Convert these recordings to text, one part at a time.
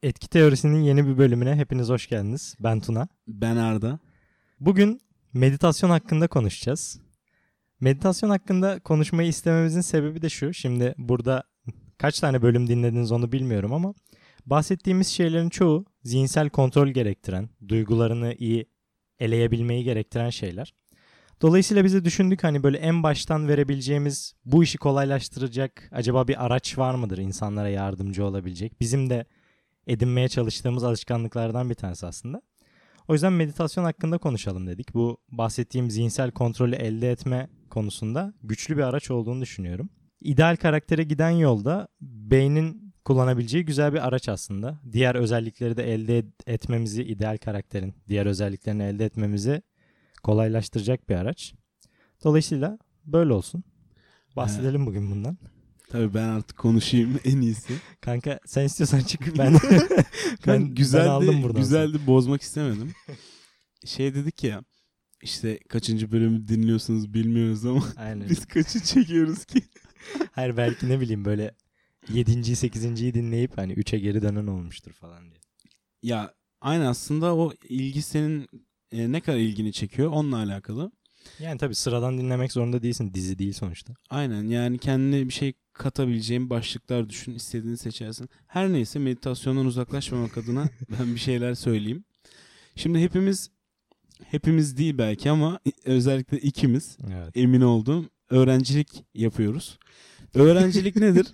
Etki Teorisi'nin yeni bir bölümüne hepiniz hoş geldiniz. Ben Tuna. Ben Arda. Bugün meditasyon hakkında konuşacağız. Meditasyon hakkında konuşmayı istememizin sebebi de şu. Şimdi burada kaç tane bölüm dinlediniz onu bilmiyorum ama bahsettiğimiz şeylerin çoğu zihinsel kontrol gerektiren, duygularını iyi eleyebilmeyi gerektiren şeyler. Dolayısıyla biz de düşündük hani böyle en baştan verebileceğimiz bu işi kolaylaştıracak acaba bir araç var mıdır insanlara yardımcı olabilecek? Bizim de edinmeye çalıştığımız alışkanlıklardan bir tanesi aslında. O yüzden meditasyon hakkında konuşalım dedik. Bu bahsettiğim zihinsel kontrolü elde etme konusunda güçlü bir araç olduğunu düşünüyorum. İdeal karaktere giden yolda beynin kullanabileceği güzel bir araç aslında. Diğer özellikleri de elde etmemizi, ideal karakterin diğer özelliklerini elde etmemizi kolaylaştıracak bir araç. Dolayısıyla böyle olsun. Bahsedelim bugün bundan. Tabii ben artık konuşayım en iyisi. Kanka sen istiyorsan çık ben güzeldi bozmak istemedim. Dedik ya işte kaçıncı bölümü dinliyorsunuz bilmiyoruz ama aynen. Biz kaçı çekiyoruz ki? Hayır belki ne bileyim böyle 7. 8.'yi dinleyip hani 3'e geri dönen olmuştur falan diye. Ya aynen aslında o ilgi senin ne kadar ilgini çekiyor onunla alakalı. Yani tabii sıradan dinlemek zorunda değilsin. Dizi değil sonuçta. Aynen yani kendine bir şey katabileceğin başlıklar düşün. İstediğini seçersin. Her neyse meditasyondan uzaklaşmamak adına ben bir şeyler söyleyeyim. Şimdi hepimiz değil belki ama özellikle ikimiz evet. Emin olduğum öğrencilik yapıyoruz. Öğrencilik nedir?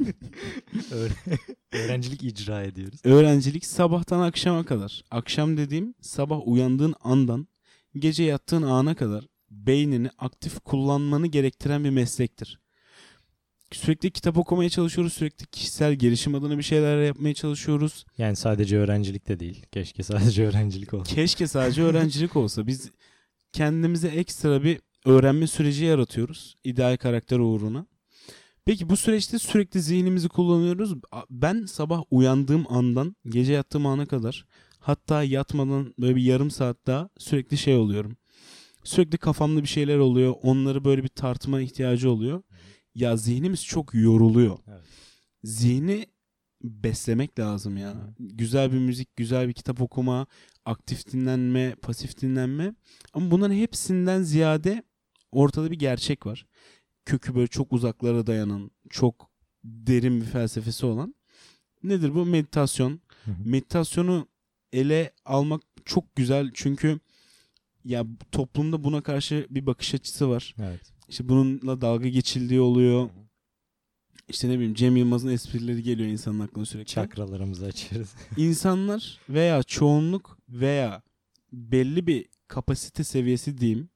Öğrencilik icra ediyoruz. Öğrencilik sabahtan akşama kadar. Akşam dediğim sabah uyandığın andan gece yattığın ana kadar beynini aktif kullanmanı gerektiren bir meslektir. Sürekli kitap okumaya çalışıyoruz. Sürekli kişisel gelişim adına bir şeyler yapmaya çalışıyoruz. Yani sadece öğrencilik de değil. Keşke sadece öğrencilik olsa. Keşke sadece öğrencilik olsa. Biz kendimize ekstra bir öğrenme süreci yaratıyoruz. İdeal karakter uğruna. Peki bu süreçte sürekli zihnimizi kullanıyoruz. Ben sabah uyandığım andan gece yattığım ana kadar hatta yatmadan böyle bir yarım saat daha sürekli oluyorum. Sürekli kafamda bir şeyler oluyor. Onları böyle bir tartma ihtiyacı oluyor. Ya zihnimiz çok yoruluyor. Evet. Zihni beslemek lazım ya. Güzel bir müzik, güzel bir kitap okuma, aktif dinlenme, pasif dinlenme. Ama bunların hepsinden ziyade ortada bir gerçek var. Kökü böyle çok uzaklara dayanan, çok derin bir felsefesi olan. Nedir bu? Meditasyon. Meditasyonu ele almak çok güzel çünkü ya toplumda buna karşı bir bakış açısı var. Evet. İşte bununla dalga geçildiği oluyor. İşte ne bileyim Cem Yılmaz'ın esprileri geliyor insanın aklına sürekli. Çakralarımızı açıyoruz. İnsanlar veya çoğunluk veya belli bir kapasite seviyesi diyeyim.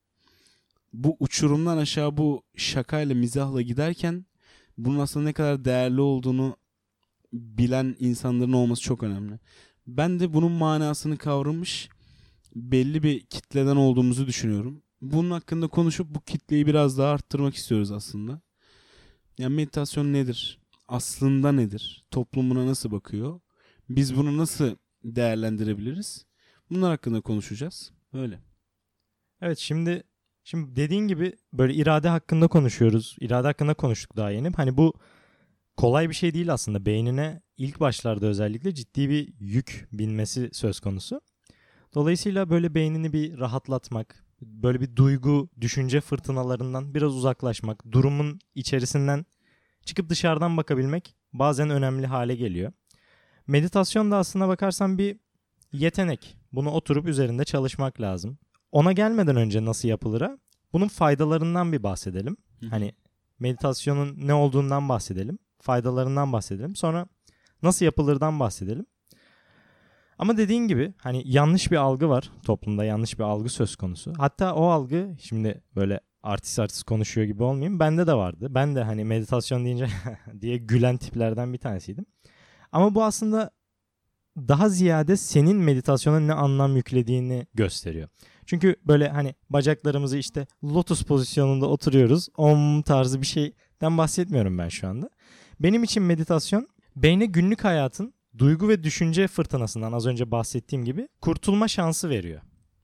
Bu uçurumdan aşağı bu şakayla mizahla giderken bunun aslında ne kadar değerli olduğunu bilen insanların olması çok önemli. Ben de bunun manasını kavramış belli bir kitleden olduğumuzu düşünüyorum. Bunun hakkında konuşup bu kitleyi biraz daha arttırmak istiyoruz aslında. Yani meditasyon nedir? Aslında nedir? Toplum buna nasıl bakıyor? Biz bunu nasıl değerlendirebiliriz? Bunlar hakkında konuşacağız. Öyle. Evet şimdi dediğin gibi böyle irade hakkında konuşuyoruz. İrade hakkında konuştuk daha yeni. Hani bu kolay bir şey değil aslında. Beynine ilk başlarda özellikle ciddi bir yük binmesi söz konusu. Dolayısıyla böyle beynini bir rahatlatmak, böyle bir duygu, düşünce fırtınalarından biraz uzaklaşmak, durumun içerisinden çıkıp dışarıdan bakabilmek bazen önemli hale geliyor. Meditasyon da aslına bakarsan bir yetenek. Bunu oturup üzerinde çalışmak lazım. Ona gelmeden önce nasıl yapılır'a bunun faydalarından bir bahsedelim. Hani meditasyonun ne olduğundan bahsedelim. Faydalarından bahsedelim. Sonra nasıl yapılırdan bahsedelim. Ama dediğin gibi hani yanlış bir algı var toplumda. Yanlış bir algı söz konusu. Hatta o algı şimdi böyle artist konuşuyor gibi olmayayım. Bende de vardı. Ben de hani meditasyon deyince diye gülen tiplerden bir tanesiydim. Ama bu aslında daha ziyade senin meditasyona ne anlam yüklediğini gösteriyor. Çünkü böyle hani bacaklarımızı işte lotus pozisyonunda oturuyoruz. Om tarzı bir şeyden bahsetmiyorum ben şu anda. Benim için meditasyon beyne günlük hayatın duygu ve düşünce fırtınasından az önce bahsettiğim gibi kurtulma şansı veriyor.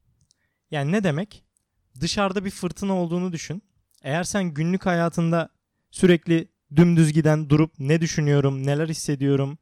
Yani ne demek? Dışarıda bir fırtına olduğunu düşün. Eğer sen günlük hayatında sürekli dümdüz giden durup ne düşünüyorum, neler hissediyorum,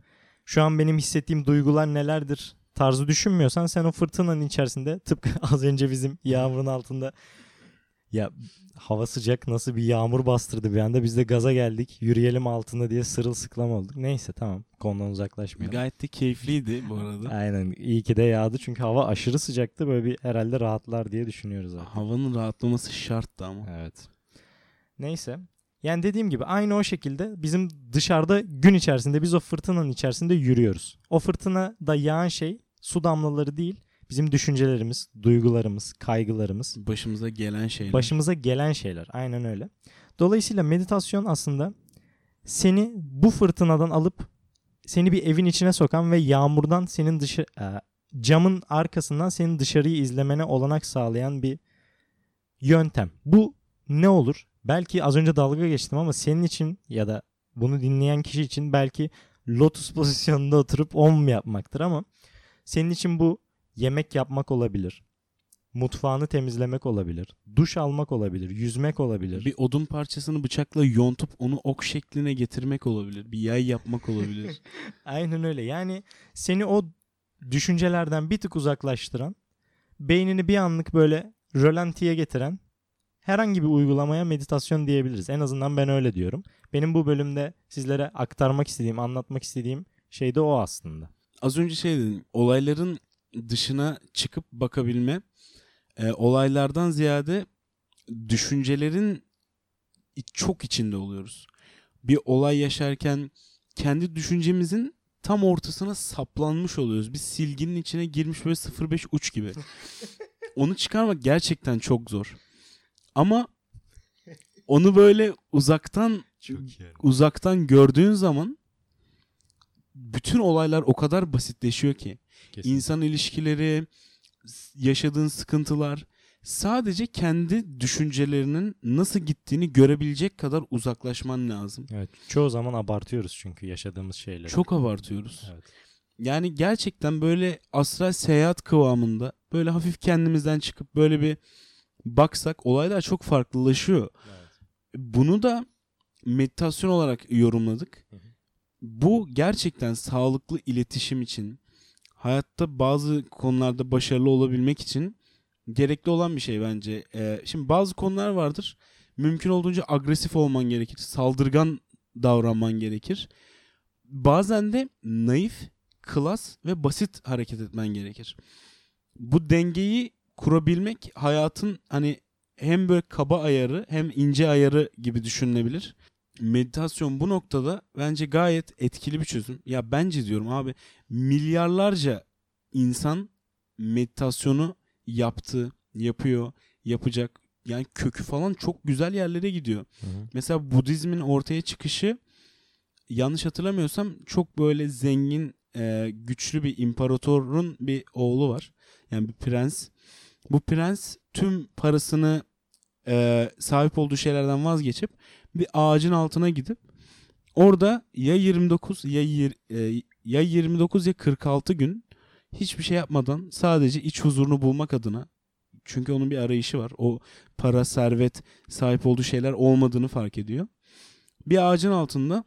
şu an benim hissettiğim duygular nelerdir tarzı düşünmüyorsan sen o fırtınanın içerisinde tıpkı az önce bizim yağmurun altında ya hava sıcak nasıl bir yağmur bastırdı bir anda biz de gaza geldik yürüyelim altında diye sırılsıklam olduk. Neyse tamam konudan uzaklaşmayalım. Gayet de keyifliydi bu arada. Aynen iyi ki de yağdı çünkü hava aşırı sıcaktı böyle bir herhalde rahatlar diye düşünüyoruz artık. Havanın rahatlaması şarttı ama. Evet. Neyse. Yani dediğim gibi aynı o şekilde bizim dışarıda gün içerisinde biz o fırtınanın içerisinde yürüyoruz. O fırtınada yağan şey su damlaları değil bizim düşüncelerimiz, duygularımız, kaygılarımız. Başımıza gelen şeyler. Başımıza gelen şeyler. Aynen öyle. Dolayısıyla meditasyon aslında seni bu fırtınadan alıp seni bir evin içine sokan ve yağmurdan senin camın arkasından senin dışarıyı izlemene olanak sağlayan bir yöntem. Bu ne olur? Belki az önce dalga geçtim ama senin için ya da bunu dinleyen kişi için belki lotus pozisyonunda oturup om yapmaktır ama senin için bu yemek yapmak olabilir. Mutfağını temizlemek olabilir. Duş almak olabilir. Yüzmek olabilir. Bir odun parçasını bıçakla yontup onu ok şekline getirmek olabilir. Bir yay yapmak olabilir. Aynen öyle. Yani seni o düşüncelerden bir tık uzaklaştıran, beynini bir anlık böyle rölantiye getiren herhangi bir uygulamaya meditasyon diyebiliriz. En azından ben öyle diyorum. Benim bu bölümde sizlere aktarmak istediğim, anlatmak istediğim şey de o aslında. Az önce şey dedim. Olayların dışına çıkıp bakabilme. Olaylardan ziyade düşüncelerin çok içinde oluyoruz. Bir olay yaşarken kendi düşüncemizin tam ortasına saplanmış oluyoruz. Bir silginin içine girmiş böyle 0.5 uç gibi. Onu çıkarmak gerçekten çok zor. Ama onu böyle uzaktan gördüğün zaman bütün olaylar o kadar basitleşiyor ki. Kesinlikle. İnsan ilişkileri, yaşadığın sıkıntılar sadece kendi düşüncelerinin nasıl gittiğini görebilecek kadar uzaklaşman lazım. Evet. Çoğu zaman abartıyoruz çünkü yaşadığımız şeyleri. Çok abartıyoruz. Evet. Yani gerçekten böyle astral seyahat kıvamında böyle hafif kendimizden çıkıp böyle bir baksak olaylar çok farklılaşıyor. Evet. Bunu da meditasyon olarak yorumladık. Hı hı. Bu gerçekten sağlıklı iletişim için, hayatta bazı konularda başarılı olabilmek için gerekli olan bir şey bence. Şimdi bazı konular vardır. Mümkün olduğunca agresif olman gerekir. Saldırgan davranman gerekir. Bazen de naif, klas ve basit hareket etmen gerekir. Bu dengeyi kurabilmek hayatın hani hem böyle kaba ayarı hem ince ayarı gibi düşünülebilir. Meditasyon bu noktada bence gayet etkili bir çözüm. Ya bence diyorum abi milyarlarca insan meditasyonu yaptı, yapıyor, yapacak. Yani kökü falan çok güzel yerlere gidiyor. Hı hı. Mesela Budizmin ortaya çıkışı yanlış hatırlamıyorsam çok böyle zengin, güçlü bir imparatorun bir oğlu var. Yani bir prens. Bu prens tüm parasını sahip olduğu şeylerden vazgeçip bir ağacın altına gidip orada ya 29 ya 29 ya 46 gün hiçbir şey yapmadan sadece iç huzurunu bulmak adına, çünkü onun bir arayışı var. O para, servet, sahip olduğu şeyler olmadığını fark ediyor. Bir ağacın altında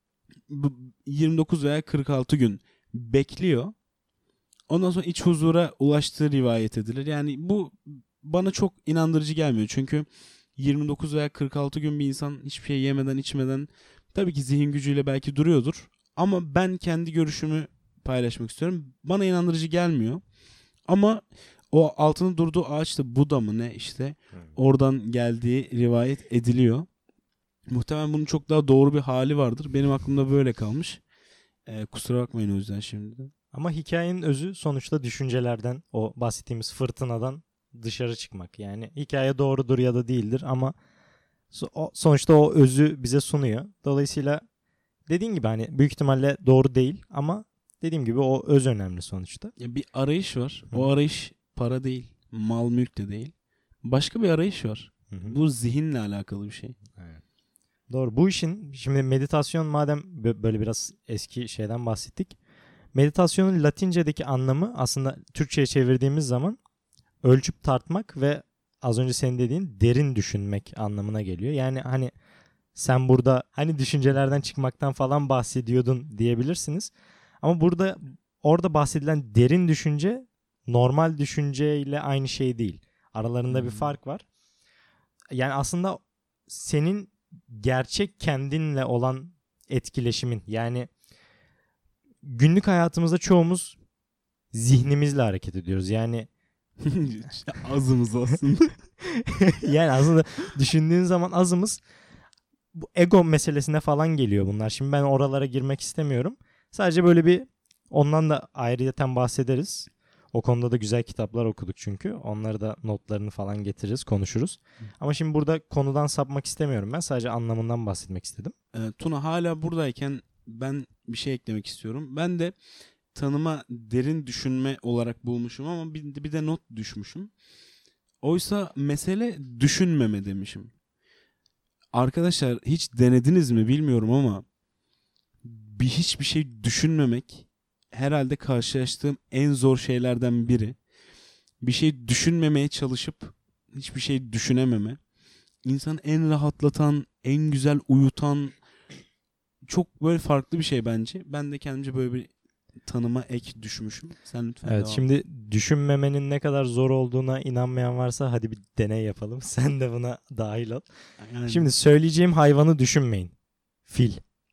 29 veya 46 gün bekliyor. Ondan sonra iç huzura ulaştığı rivayet edilir. Yani bu bana çok inandırıcı gelmiyor. Çünkü 29 veya 46 gün bir insan hiçbir şey yemeden içmeden tabii ki zihin gücüyle belki duruyordur. Ama ben kendi görüşümü paylaşmak istiyorum. Bana inandırıcı gelmiyor. Ama o altında durduğu ağaç da Buda mı ne işte oradan geldiği rivayet ediliyor. Muhtemelen bunun çok daha doğru bir hali vardır. Benim aklımda böyle kalmış. Kusura bakmayın o yüzden şimdi. Ama hikayenin özü sonuçta düşüncelerden, o bahsettiğimiz fırtınadan dışarı çıkmak. Yani hikaye doğrudur ya da değildir ama sonuçta o özü bize sunuyor. Dolayısıyla dediğin gibi hani büyük ihtimalle doğru değil ama dediğim gibi o öz önemli sonuçta. Ya bir arayış var. O arayış para değil, mal mülk de değil. Başka bir arayış var. Hı-hı. Bu zihinle alakalı bir şey. Evet. Doğru. Bu işin şimdi meditasyon madem böyle biraz eski şeyden bahsettik. Meditasyonun Latince'deki anlamı aslında Türkçe'ye çevirdiğimiz zaman ölçüp tartmak ve az önce senin dediğin derin düşünmek anlamına geliyor. Yani hani sen burada hani düşüncelerden çıkmaktan falan bahsediyordun diyebilirsiniz. Ama orada bahsedilen derin düşünce normal düşünceyle aynı şey değil. Aralarında bir fark var. Yani aslında senin gerçek kendinle olan etkileşimin, yani günlük hayatımızda çoğumuz zihnimizle hareket ediyoruz. Yani azımız aslında. yani aslında düşündüğün zaman azımız. Bu ego meselesine falan geliyor bunlar. Şimdi ben oralara girmek istemiyorum. Sadece böyle bir ondan da ayrıyeten bahsederiz. O konuda da güzel kitaplar okuduk çünkü. Onları da notlarını falan getiririz, konuşuruz. Ama şimdi burada konudan sapmak istemiyorum ben. Sadece anlamından bahsetmek istedim. Tuna hala buradayken ben bir şey eklemek istiyorum. Ben de tanıma derin düşünme olarak bulmuşum ama bir de not düşmüşüm. Oysa mesele düşünmeme demişim. Arkadaşlar hiç denediniz mi bilmiyorum ama hiçbir şey düşünmemek herhalde karşılaştığım en zor şeylerden biri. Bir şey düşünmemeye çalışıp hiçbir şey düşünememe. İnsanı en rahatlatan, en güzel uyutan, çok böyle farklı bir şey bence. Ben de kendimce böyle bir tanıma ek düşmüşüm. Sen lütfen Evet, devam. şimdi düşünmemenin ne kadar zor olduğuna inanmayan varsa hadi bir deney yapalım. Sen de buna dahil ol. Yani... Şimdi söyleyeceğim hayvanı düşünmeyin. Fil.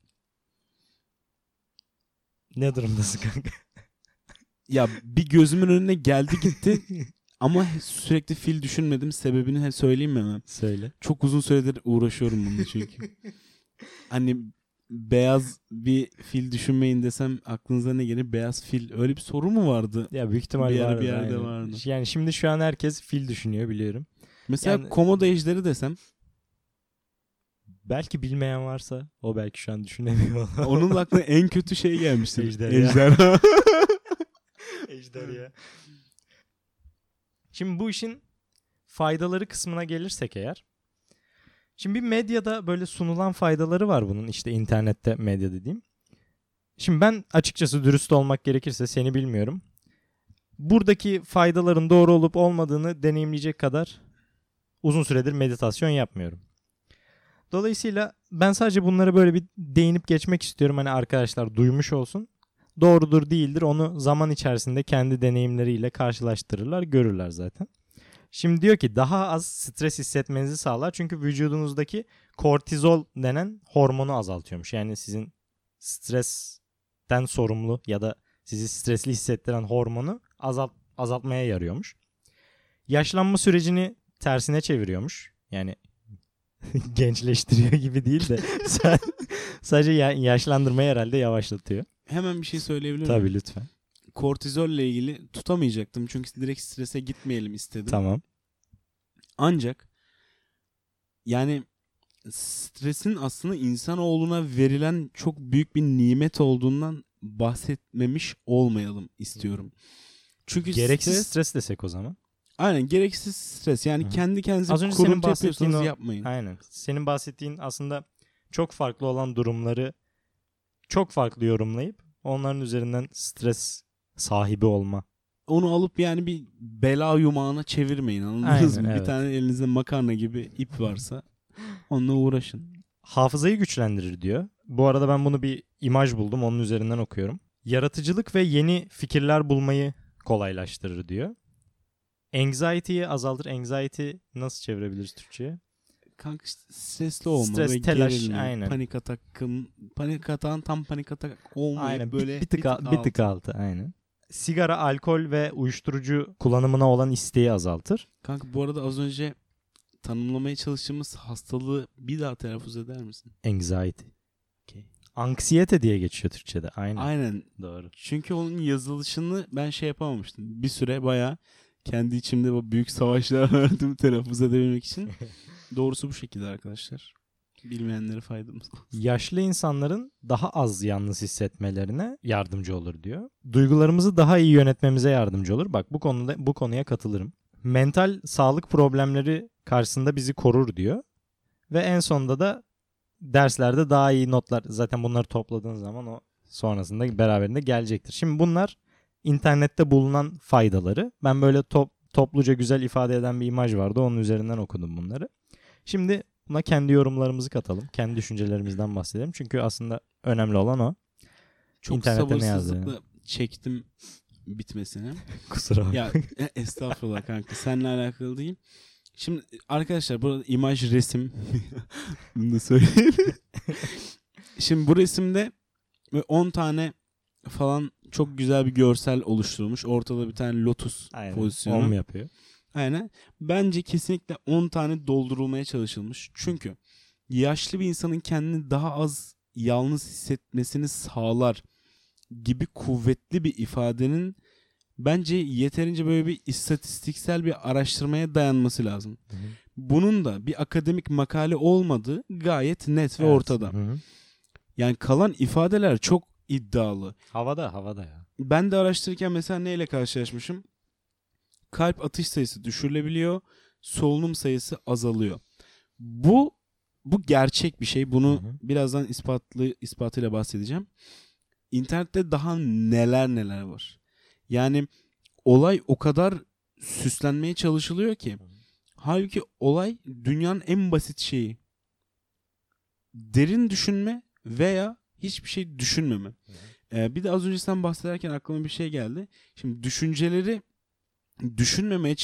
Ne durumdasın kanka? Ya bir gözümün önüne geldi gitti ama sürekli fil düşünmedim. Sebebini söyleyeyim mi hemen? Söyle. Çok uzun süredir uğraşıyorum bununla çünkü. Hani beyaz bir fil düşünmeyin desem aklınıza ne gelir? Beyaz fil. Öyle bir soru mu vardı? Ya büyük ihtimal Bir ara vardı. bir yerde aynen. vardı. Yani şimdi şu an herkes fil düşünüyor biliyorum. Mesela Yani... komodo ejderi desem. Belki bilmeyen varsa o belki şu an düşünemiyor. Onun aklına en kötü şey gelmiştir. Ejderha. Ejderha. Şimdi bu işin faydaları kısmına gelirsek eğer. Şimdi bir medyada böyle sunulan faydaları var bunun, işte internette medya dediğim. Şimdi ben açıkçası dürüst olmak gerekirse seni bilmiyorum. Buradaki faydaların doğru olup olmadığını deneyimleyecek kadar uzun süredir meditasyon yapmıyorum. Dolayısıyla ben sadece bunlara böyle bir değinip geçmek istiyorum. Hani arkadaşlar duymuş olsun. Doğrudur değildir onu zaman içerisinde kendi deneyimleriyle karşılaştırırlar, görürler zaten. Şimdi diyor ki daha az stres hissetmenizi sağlar. Çünkü vücudunuzdaki kortizol denen hormonu azaltıyormuş. Yani sizin stresten sorumlu ya da sizi stresli hissettiren hormonu azaltmaya yarıyormuş. Yaşlanma sürecini tersine çeviriyormuş. Yani gençleştiriyor gibi değil de sadece yaşlandırmayı herhalde yavaşlatıyor. Hemen bir şey söyleyebilir miyim? Tabii lütfen. Kortizolle ilgili tutamayacaktım çünkü direkt strese gitmeyelim istedim. Tamam. Ancak yani stresin aslında insanoğluna verilen çok büyük bir nimet olduğundan bahsetmemiş olmayalım istiyorum. Çünkü gereksiz stres desek o zaman. Aynen, gereksiz stres. Yani kendi kendinize az önce senin yapıyorsanız yapmayın. Aynen. Senin bahsettiğin aslında çok farklı olan durumları çok farklı yorumlayıp onların üzerinden stres sahibi olma. Onu alıp yani bir bela yumağına çevirmeyin, anladınız mı? Evet. Bir tane elinizde makarna gibi ip varsa onunla uğraşın. Hafızayı güçlendirir diyor. Bu arada ben bunu bir imaj buldum, onun üzerinden okuyorum. Yaratıcılık ve yeni fikirler bulmayı kolaylaştırır diyor. Anxiety'yi azaltır. Anxiety nasıl çevirebiliriz Türkçe'ye? Kanka işte stresli olma Stres, ve telaş, gerilme, aynen. panik atağın tam panik atak olmayıp Aynen. böyle bir tık altı aynen. Sigara, alkol ve uyuşturucu kullanımına olan isteği azaltır. Kanka bu arada az önce tanımlamaya çalıştığımız hastalığı bir daha telaffuz eder misin? Anxiety. Okay. Anksiyete diye geçiyor Türkçe'de. Aynen. Doğru. Çünkü onun yazılışını ben yapamamıştım. Bir süre bayağı kendi içimde bu büyük savaşlar verdim telaffuz edebilmek için. Doğrusu bu şekilde arkadaşlar. Bilmeyenlere faydamız. Yaşlı insanların daha az yalnız hissetmelerine yardımcı olur diyor. Duygularımızı daha iyi yönetmemize yardımcı olur. Bak bu konuya katılırım. Mental sağlık problemleri karşısında bizi korur diyor. Ve en sonunda da derslerde daha iyi notlar, zaten bunları topladığın zaman o sonrasında beraberinde gelecektir. Şimdi bunlar internette bulunan faydaları. Ben böyle topluca güzel ifade eden bir imaj vardı. Onun üzerinden okudum bunları. Şimdi buna kendi yorumlarımızı katalım. Kendi düşüncelerimizden bahsedelim. Çünkü aslında önemli olan o. çok İnternette ne yazdı sabırsızlıkla çektim bitmesini. Kusura bakma. Ya estağfurullah kanka, seninle alakalı değil. Şimdi arkadaşlar burada imaj, resim bunu da söyleyeyim. Şimdi bu resimde 10 tane falan çok güzel bir görsel oluşturulmuş. Ortada bir tane lotus pozisyonu. 10 mu yapıyor? Aynen. Bence kesinlikle 10 tane doldurulmaya çalışılmış. Çünkü yaşlı bir insanın kendini daha az yalnız hissetmesini sağlar gibi kuvvetli bir ifadenin bence yeterince böyle bir istatistiksel bir araştırmaya dayanması lazım. Hı hı. Bunun da bir akademik makale olmadığı gayet net ve ortada. Hı hı. Yani kalan ifadeler çok iddialı. Havada ya. Ben de araştırırken mesela neyle karşılaşmışım? Kalp atış sayısı düşürülebiliyor, solunum sayısı azalıyor. Bu gerçek bir şey. Bunu birazdan ispatıyla bahsedeceğim. İnternette daha neler var. Yani olay o kadar süslenmeye çalışılıyor ki. Halbuki olay dünyanın en basit şeyi. Derin düşünme veya hiçbir şey düşünmeme. Bir de az önce sen bahsederken aklıma bir şey geldi. Şimdi düşünceleri düşünmemeye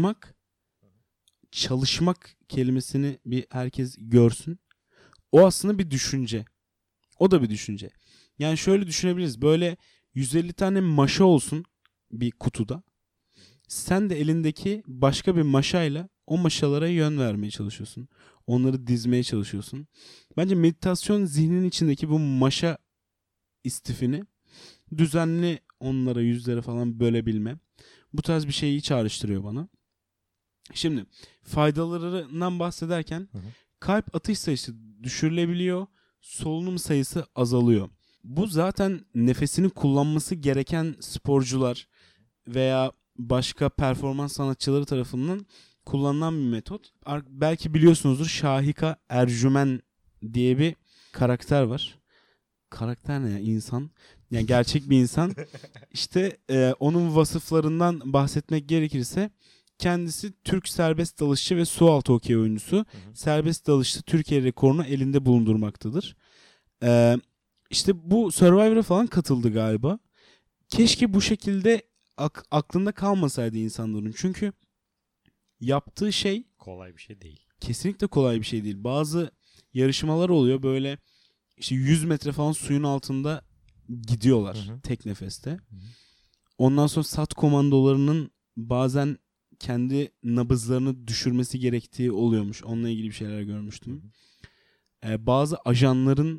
çalışmak kelimesini bir herkes görsün. O aslında bir düşünce. O da bir düşünce. Yani şöyle düşünebiliriz. Böyle 150 tane maşa olsun bir kutuda. Sen de elindeki başka bir maşayla o maşalara yön vermeye çalışıyorsun. Onları dizmeye çalışıyorsun. Bence meditasyon zihnin içindeki bu maşa istifini düzenli onlara, yüzlere falan bölebilme. Bu tarz bir şeyi çağrıştırıyor bana. Şimdi faydalarından bahsederken kalp atış sayısı düşürülebiliyor, solunum sayısı azalıyor. Bu zaten nefesini kullanması gereken sporcular veya başka performans sanatçıları tarafından kullanılan bir metot. Belki biliyorsunuzdur, Şahika Ercümen diye bir karakter var. Karakter ne ya? İnsan. Yani gerçek bir insan. İşte onun vasıflarından bahsetmek gerekirse kendisi Türk serbest dalışçı ve sualtı hokey oyuncusu. Serbest dalışta Türkiye rekorunu elinde bulundurmaktadır. İşte bu Survivor'a falan katıldı galiba. Keşke bu şekilde aklında kalmasaydı insanların. Çünkü yaptığı şey kolay bir şey değil. Kesinlikle kolay bir şey değil. Bazı yarışmalar oluyor böyle, işte 100 metre falan suyun altında gidiyorlar tek nefeste. Ondan sonra SAT komandolarının bazen kendi nabızlarını düşürmesi gerektiği oluyormuş. Onunla ilgili bir şeyler görmüştüm. Bazı ajanların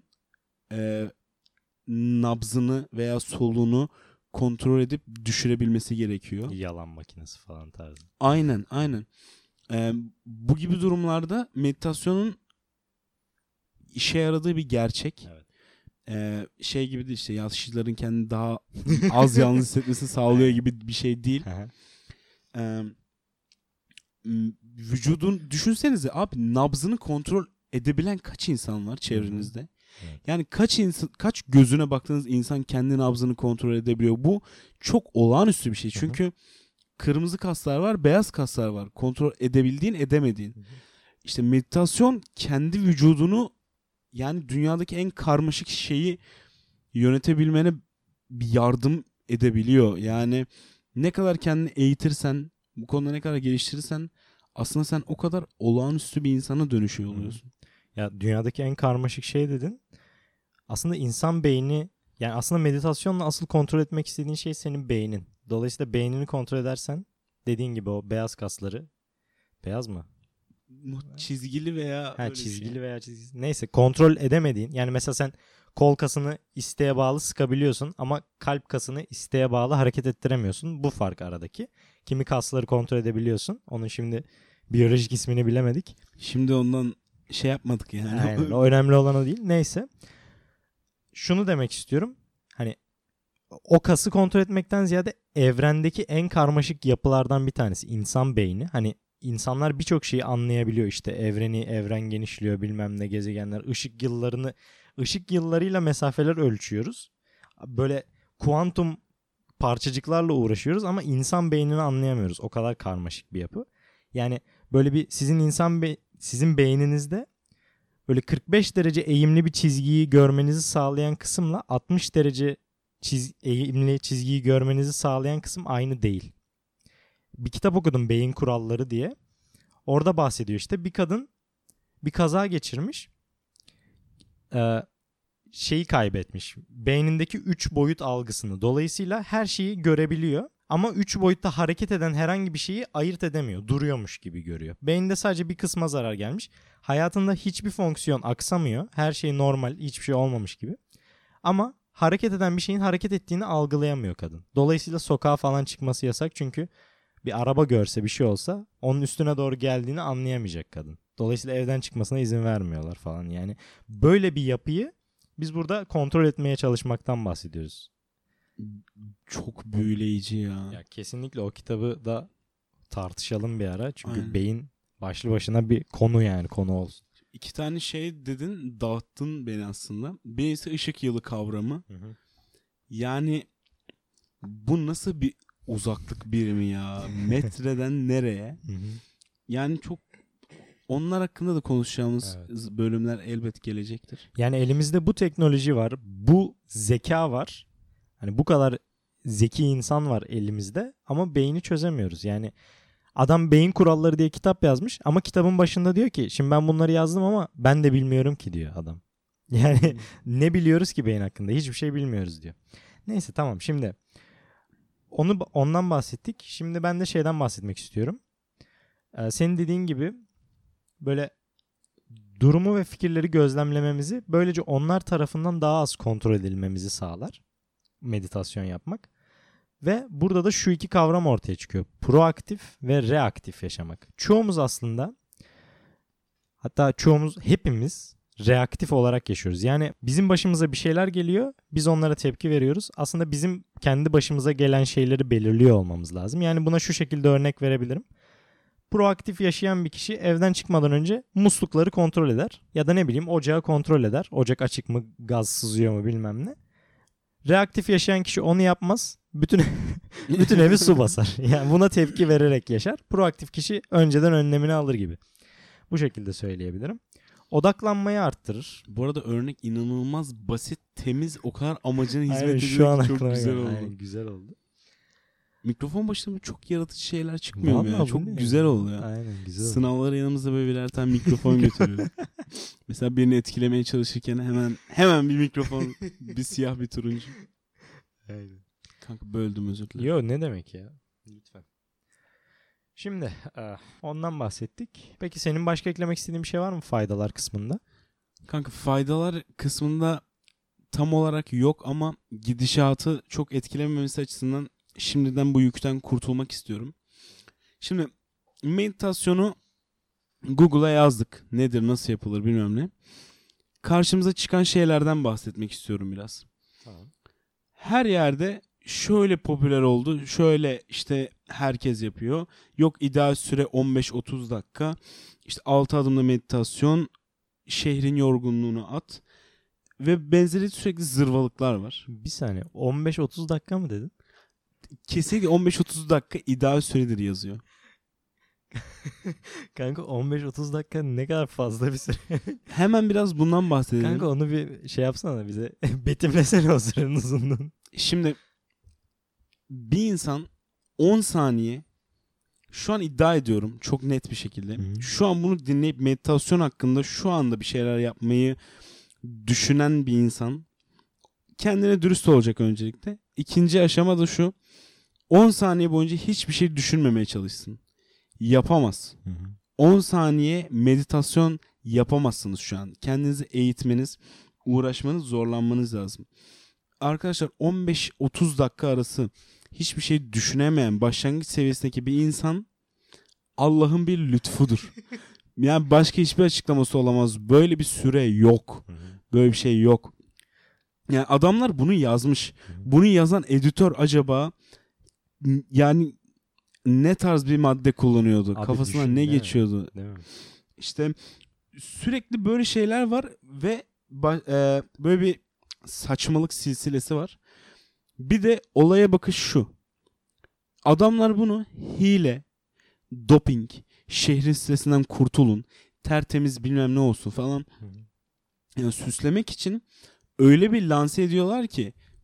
nabzını veya soluğunu kontrol edip düşürebilmesi gerekiyor. Yalan makinesi falan tarzı. Aynen. Bu gibi durumlarda meditasyonun işe yaradığı bir gerçek. Evet. Şey gibi değil, işte yaşlıların kendini daha az yalnız hissetmesini sağlıyor gibi bir şey değil. Vücudun, düşünsenize abi, nabzını kontrol edebilen kaç insan var çevrenizde? Evet. Yani kaç gözüne baktığınız insan kendi nabzını kontrol edebiliyor? Bu çok olağanüstü bir şey. Çünkü kırmızı kaslar var, beyaz kaslar var. Kontrol edebildiğin, edemediğin. İşte meditasyon kendi vücudunu, yani dünyadaki en karmaşık şeyi yönetebilmene bir yardım edebiliyor. Yani ne kadar kendini eğitirsen, bu konuda ne kadar geliştirirsen aslında sen o kadar olağanüstü bir insana dönüşüyor oluyorsun. Ya dünyadaki en karmaşık şey dedin. Aslında insan beyni, yani aslında meditasyonla asıl kontrol etmek istediğin şey senin beynin. Dolayısıyla beynini kontrol edersen, dediğin gibi o beyaz kasları, beyaz mı? Çizgili veya çizgili veya çizgisiz. Neyse, kontrol edemediğin, yani mesela sen kol kasını isteğe bağlı sıkabiliyorsun ama kalp kasını isteğe bağlı hareket ettiremiyorsun. Bu fark aradaki. Kimi kasları kontrol edebiliyorsun. Onun şimdi biyolojik ismini bilemedik. Şimdi ondan şey yapmadık yani. Aynen, o önemli olan o değil. Neyse. Şunu demek istiyorum. Hani o kası kontrol etmekten ziyade evrendeki en karmaşık yapılardan bir tanesi insan beyni. Hani insanlar birçok şeyi anlayabiliyor, işte evren genişliyor, bilmem ne, gezegenler, ışık yıllarıyla mesafeler ölçüyoruz. Böyle kuantum parçacıklarla uğraşıyoruz ama insan beynini anlayamıyoruz. O kadar karmaşık bir yapı. Yani böyle bir sizin beyninizde böyle 45 derece eğimli bir çizgiyi görmenizi sağlayan kısımla 60 derece eğimli çizgiyi görmenizi sağlayan kısım aynı değil. Bir kitap okudum, Beyin Kuralları diye. Orada bahsediyor işte, bir kadın bir kaza geçirmiş. Şeyi kaybetmiş. Beynindeki 3 boyut algısını. Dolayısıyla her şeyi görebiliyor. Ama 3 boyutta hareket eden herhangi bir şeyi ayırt edemiyor. Duruyormuş gibi görüyor. Beyninde sadece bir kısma zarar gelmiş. Hayatında hiçbir fonksiyon aksamıyor. Her şey normal, hiçbir şey olmamış gibi. Ama hareket eden bir şeyin hareket ettiğini algılayamıyor kadın. Dolayısıyla sokağa falan çıkması yasak, çünkü bir araba görse, bir şey olsa onun üstüne doğru geldiğini anlayamayacak kadın. Dolayısıyla evden çıkmasına izin vermiyorlar falan yani. Böyle bir yapıyı biz burada kontrol etmeye çalışmaktan bahsediyoruz. Çok büyüleyici ya. Ya kesinlikle o kitabı da tartışalım bir ara. Çünkü Aynen. beyin başlı başına bir konu, yani konu olsun. 2 tane şey dedin, dağıttın beni aslında. Birincisi ışık yılı kavramı. Hı. Yani bu nasıl bir uzaklık birimi ya? Metreden nereye? Hı. Yani çok, onlar hakkında da konuşacağımız Evet. bölümler elbet gelecektir. Yani elimizde bu teknoloji var. Bu zeka var. Hani bu kadar zeki insan var elimizde ama beyni çözemiyoruz. Yani adam Beyin Kuralları diye kitap yazmış ama kitabın başında diyor ki şimdi ben bunları yazdım ama ben de bilmiyorum ki diyor adam. Yani ne biliyoruz ki beyin hakkında? Hiçbir şey bilmiyoruz diyor. Neyse tamam, şimdi ondan bahsettik. Şimdi ben de şeyden bahsetmek istiyorum. Senin dediğin gibi böyle durumu ve fikirleri gözlemlememizi, böylece onlar tarafından daha az kontrol edilmemizi sağlar meditasyon yapmak. Ve burada da şu iki kavram ortaya çıkıyor. Proaktif ve reaktif yaşamak. Çoğumuz aslında, hatta hepimiz reaktif olarak yaşıyoruz. Yani bizim başımıza bir şeyler geliyor, biz onlara tepki veriyoruz. Aslında bizim kendi başımıza gelen şeyleri belirliyor olmamız lazım. Yani buna şu şekilde örnek verebilirim. Proaktif yaşayan bir kişi evden çıkmadan önce muslukları kontrol eder. Ya da ne bileyim, ocağı kontrol eder. Ocak açık mı, gaz sızıyor mu, bilmem ne. Reaktif yaşayan kişi onu yapmaz. Bütün evi su basar. Yani buna tepki vererek yaşar. Proaktif kişi önceden önlemini alır gibi. Bu şekilde söyleyebilirim. Odaklanmayı arttırır. Bu arada örnek inanılmaz basit, temiz, o kadar amacına hizmet Aynen, ediyor şu an ki çok aklıma güzel geldi. oldu. Aynen, güzel oldu. Mikrofon başında çok yaratıcı şeyler çıkmıyor mu ya? Vallahi bu Çok ne güzel ya? oldu ya. Aynen, güzel oldu. Sınavlara yanımızda böyle birer tane mikrofon götürüyoruz. Mesela birini etkilemeye çalışırken hemen bir mikrofon, bir siyah bir turuncu. Aynen. Kanka böldüm, özür dilerim. Yo, ne demek ya? Lütfen. Şimdi ondan bahsettik. Peki senin başka eklemek istediğin bir şey var mı faydalar kısmında? Kanka faydalar kısmında tam olarak yok ama gidişatı çok etkilememesi açısından şimdiden bu yükten kurtulmak istiyorum. Şimdi meditasyonu Google'a yazdık. Nedir, nasıl yapılır, bilmem ne. Karşımıza çıkan şeylerden bahsetmek istiyorum biraz. Tamam. Her yerde şöyle popüler oldu. Şöyle işte herkes yapıyor. Yok, ideal süre 15-30 dakika. İşte 6 adımda meditasyon, şehrin yorgunluğunu at ve benzeri sürekli zırvalıklar var. Bir saniye, 15-30 dakika mı dedin? Kesinlikle 15-30 dakika ideal süredir yazıyor. Kanka 15-30 dakika ne kadar fazla bir süre. Hemen biraz bundan bahsedelim. Kanka onu bir şey yapsana bize. Betimlesene o sürenin uzunluğunu. Şimdi bir insan 10 saniye, şu an iddia ediyorum çok net bir şekilde. Hı-hı. Şu an bunu dinleyip meditasyon hakkında şu anda bir şeyler yapmayı düşünen bir insan kendine dürüst olacak öncelikle. İkinci aşama da şu: 10 saniye boyunca hiçbir şey düşünmemeye çalışsın. Yapamaz. Hı-hı. 10 saniye meditasyon yapamazsınız şu an. Kendinizi eğitmeniz, uğraşmanız, zorlanmanız lazım. Arkadaşlar 15-30 dakika arası hiçbir şey düşünemeyen başlangıç seviyesindeki bir insan Allah'ın bir lütfudur. Yani başka hiçbir açıklaması olamaz. Böyle bir süre yok. Hı-hı. Böyle bir şey yok. Yani adamlar bunu yazmış. Bunu yazan editör acaba yani ne tarz bir madde kullanıyordu? Abi Kafasına düşün, ne değil mi? geçiyordu? Değil mi? İşte sürekli böyle şeyler var ve böyle bir saçmalık silsilesi var. Bir de olaya bakış şu: adamlar bunu hile, doping, şehrin stresinden kurtulun, tertemiz bilmem ne olsun falan, Hı-hı. yani süslemek için öyle bir lanse ediyorlar ki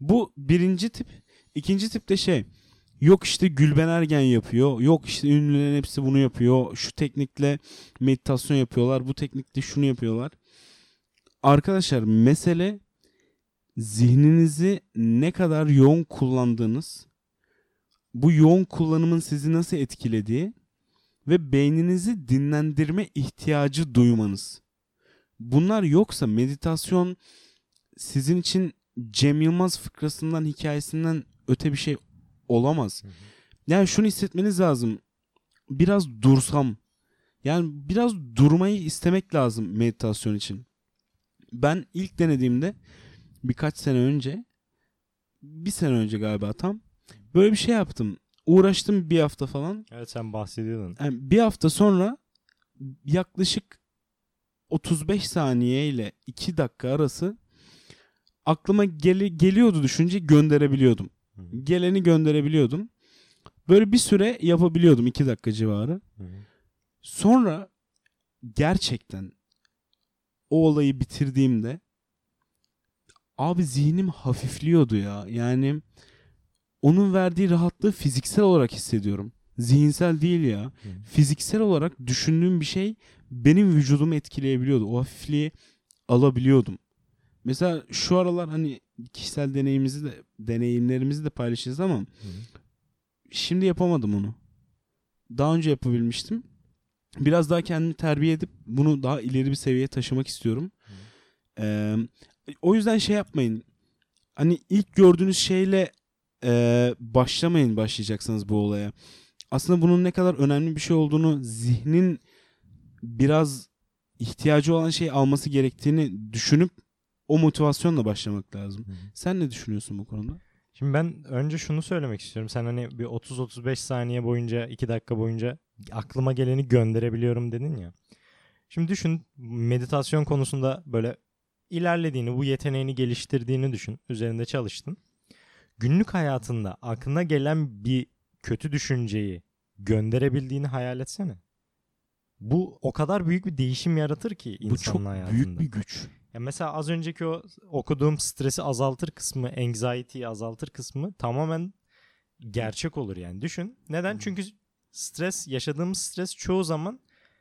Bu birinci tip. İkinci tip de yok işte Gülben Ergen yapıyor. Yok işte ünlülerin hepsi bunu yapıyor. Şu teknikle meditasyon yapıyorlar. Bu teknikle şunu yapıyorlar. Arkadaşlar mesele zihninizi ne kadar yoğun kullandığınız, bu yoğun kullanımın sizi nasıl etkilediği ve beyninizi dinlendirme ihtiyacı duymanız. Bunlar yoksa meditasyon sizin için Cem Yılmaz fıkrasından, hikayesinden öte bir şey olamaz. Yani şunu hissetmeniz lazım. Biraz dursam. Yani biraz durmayı istemek lazım meditasyon için. Ben ilk denediğimde birkaç sene önce, bir sene önce galiba tam, böyle bir şey yaptım. Uğraştım bir hafta falan. Evet, sen bahsediyordun. Yani bir hafta sonra yaklaşık 35 saniye ile 2 dakika arası aklıma geliyordu düşünce gönderebiliyordum. Geleni gönderebiliyordum. Böyle bir süre yapabiliyordum 2 dakika civarı. Sonra gerçekten o olayı bitirdiğimde abi zihnim hafifliyordu ya. Yani onun verdiği rahatlığı fiziksel olarak hissediyorum. Zihinsel değil ya. Fiziksel olarak düşündüğüm bir şey benim vücudumu etkileyebiliyordu. O hafifliği alabiliyordum. Mesela şu aralar hani kişisel deneyimlerimizi de paylaşacağız ama şimdi yapamadım onu. Daha önce yapabilmiştim. Biraz daha kendimi terbiye edip bunu daha ileri bir seviyeye taşımak istiyorum. O yüzden yapmayın. Hani ilk gördüğünüz şeyle başlamayın, başlayacaksanız bu olaya. Aslında bunun ne kadar önemli bir şey olduğunu, zihnin biraz ihtiyacı olan şeyi alması gerektiğini düşünüp o motivasyonla başlamak lazım. Sen ne düşünüyorsun bu konuda? Şimdi ben önce şunu söylemek istiyorum. Sen hani bir 30-35 saniye boyunca, 2 dakika boyunca aklıma geleni gönderebiliyorum dedin ya. Şimdi düşün, meditasyon konusunda böyle ilerlediğini, bu yeteneğini geliştirdiğini düşün. Üzerinde çalıştın. Günlük hayatında aklına gelen bir kötü düşünceyi gönderebildiğini hayal etsene. Bu o kadar büyük bir değişim yaratır ki insanın hayatında. Bu çok büyük bir güç. Ya mesela az önceki o okuduğum stresi azaltır kısmı, anxiety'yi azaltır kısmı tamamen gerçek olur yani. Düşün. Neden? Çünkü yaşadığımız stres çoğu zaman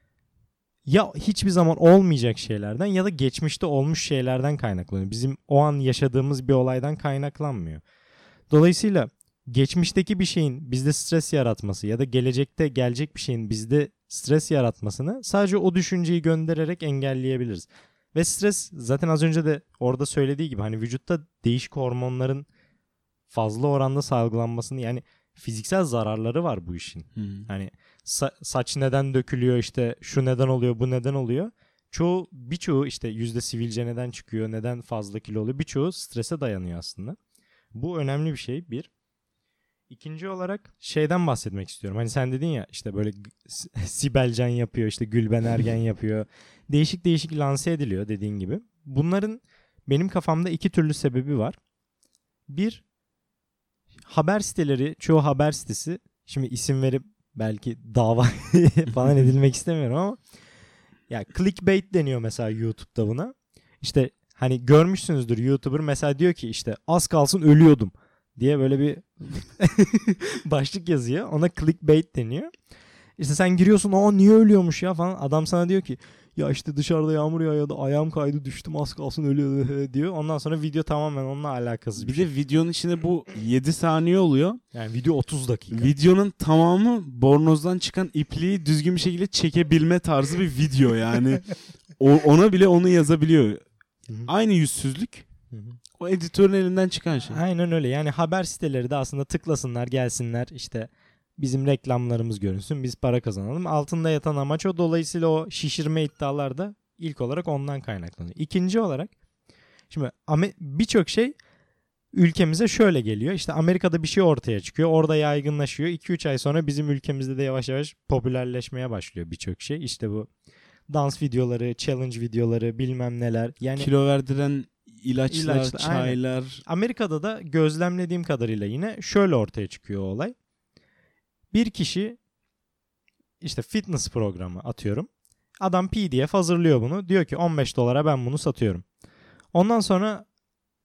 ya hiçbir zaman olmayacak şeylerden ya da geçmişte olmuş şeylerden kaynaklanıyor. Bizim o an yaşadığımız bir olaydan kaynaklanmıyor. Dolayısıyla geçmişteki bir şeyin bizde stres yaratması ya da gelecekte gelecek bir şeyin bizde stres yaratmasını sadece o düşünceyi göndererek engelleyebiliriz. Ve stres zaten az önce de orada söylediği gibi hani vücutta değişik hormonların fazla oranda salgılanmasını, yani fiziksel zararları var bu işin. Hani saç neden dökülüyor, işte şu neden oluyor, bu neden oluyor. Birçoğu işte yüzde sivilce neden çıkıyor, neden fazla kilo oluyor, birçoğu strese dayanıyor aslında. Bu önemli bir şey, bir. İkinci olarak şeyden bahsetmek istiyorum. Hani sen dedin ya işte böyle Sibel Can yapıyor, işte Gülben Ergen yapıyor. Değişik değişik lanse ediliyor dediğin gibi. Bunların benim kafamda 2 türlü sebebi var. Bir, haber siteleri, çoğu haber sitesi, şimdi isim verip belki dava falan edilmek istemiyorum ama ya clickbait deniyor mesela YouTube'da buna. İşte hani görmüşsünüzdür, YouTuber mesela diyor ki işte az kalsın ölüyordum diye böyle bir başlık yazıyor. Ona clickbait deniyor. İşte sen giriyorsun, niye ölüyormuş ya falan. Adam sana diyor ki ya işte dışarıda yağmur yağıyordu, ayağım kaydı, düştüm, az kalsın ölüyordu diyor. Ondan sonra video tamamen onunla alakasız bir şey. Bir de videonun içinde bu 7 saniye oluyor. Yani video 30 dakika. Videonun tamamı bornozdan çıkan ipliği düzgün bir şekilde çekebilme tarzı bir video yani. Ona bile onu yazabiliyor. Aynı yüzsüzlük. O editörün elinden çıkan şey. Aynen öyle. Yani haber siteleri de aslında tıklasınlar, gelsinler, işte bizim reklamlarımız görünsün, biz para kazanalım. Altında yatan amaç o. Dolayısıyla o şişirme iddialar da ilk olarak ondan kaynaklanıyor. İkinci olarak şimdi birçok şey ülkemize şöyle geliyor. İşte Amerika'da bir şey ortaya çıkıyor. Orada yaygınlaşıyor. 2-3 ay sonra bizim ülkemizde de yavaş yavaş popülerleşmeye başlıyor birçok şey. İşte bu dans videoları, challenge videoları, bilmem neler. Yani kilo verdiren ilaçlar, çaylar. Aynen. Amerika'da da gözlemlediğim kadarıyla yine şöyle ortaya çıkıyor o olay. Bir kişi işte fitness programı atıyorum. Adam PDF hazırlıyor bunu. Diyor ki $15 ben bunu satıyorum. Ondan sonra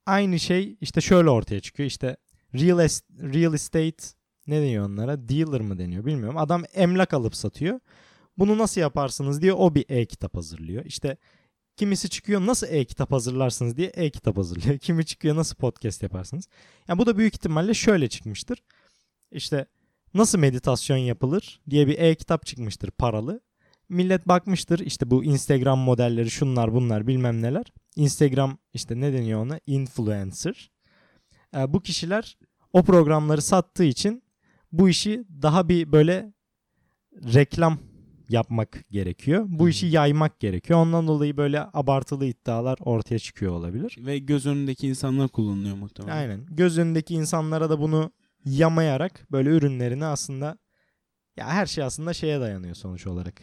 aynı şey işte şöyle ortaya çıkıyor. İşte real estate ne deniyor onlara? Dealer mı deniyor bilmiyorum. Adam emlak alıp satıyor. Bunu nasıl yaparsınız diye o bir e-kitap hazırlıyor. İşte kimisi çıkıyor nasıl e-kitap hazırlarsınız diye e-kitap hazırlıyor. Kimi çıkıyor nasıl podcast yaparsınız. Yani bu da büyük ihtimalle şöyle çıkmıştır. İşte nasıl meditasyon yapılır diye bir e-kitap çıkmıştır paralı. Millet bakmıştır işte bu Instagram modelleri şunlar bunlar bilmem neler. Instagram işte ne deniyor ona? Influencer. Bu kişiler o programları sattığı için bu işi daha bir böyle reklam yapmak gerekiyor. Bu işi yaymak gerekiyor. Ondan dolayı böyle abartılı iddialar ortaya çıkıyor olabilir. Ve göz önündeki insanlar kullanılıyor muhtemelen. Aynen. Göz önündeki insanlara da bunu yamayarak böyle ürünlerini aslında ya her şey aslında şeye dayanıyor sonuç olarak.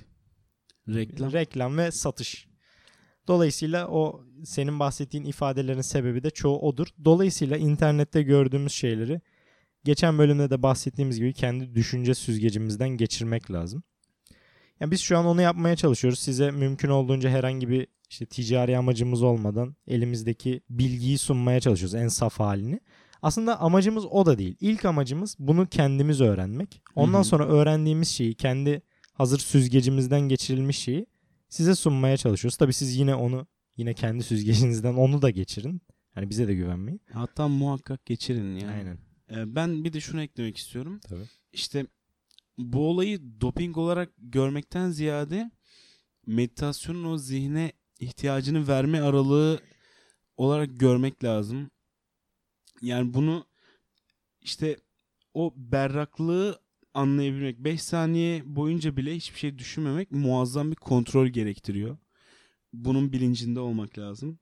Reklam ve satış. Dolayısıyla o senin bahsettiğin ifadelerin sebebi de çoğu odur. Dolayısıyla internette gördüğümüz şeyleri geçen bölümde de bahsettiğimiz gibi kendi düşünce süzgecimizden geçirmek lazım. Yani biz şu an onu yapmaya çalışıyoruz. Size mümkün olduğunca herhangi bir işte ticari amacımız olmadan elimizdeki bilgiyi sunmaya çalışıyoruz en saf halini. Aslında amacımız o da değil. İlk amacımız bunu kendimiz öğrenmek. Ondan sonra öğrendiğimiz şeyi kendi hazır süzgecimizden geçirilmiş şeyi size sunmaya çalışıyoruz. Tabii siz yine kendi süzgecinizden onu da geçirin. Yani bize de güvenmeyin. Hatta muhakkak geçirin yani. Aynen. Ben bir de şunu eklemek istiyorum. Tabii. İşte bu olayı doping olarak görmekten ziyade meditasyonun o zihne ihtiyacını verme aralığı olarak görmek lazım. Yani bunu işte o berraklığı anlayabilmek, 5 saniye boyunca bile hiçbir şey düşünmemek muazzam bir kontrol gerektiriyor. Bunun bilincinde olmak lazım.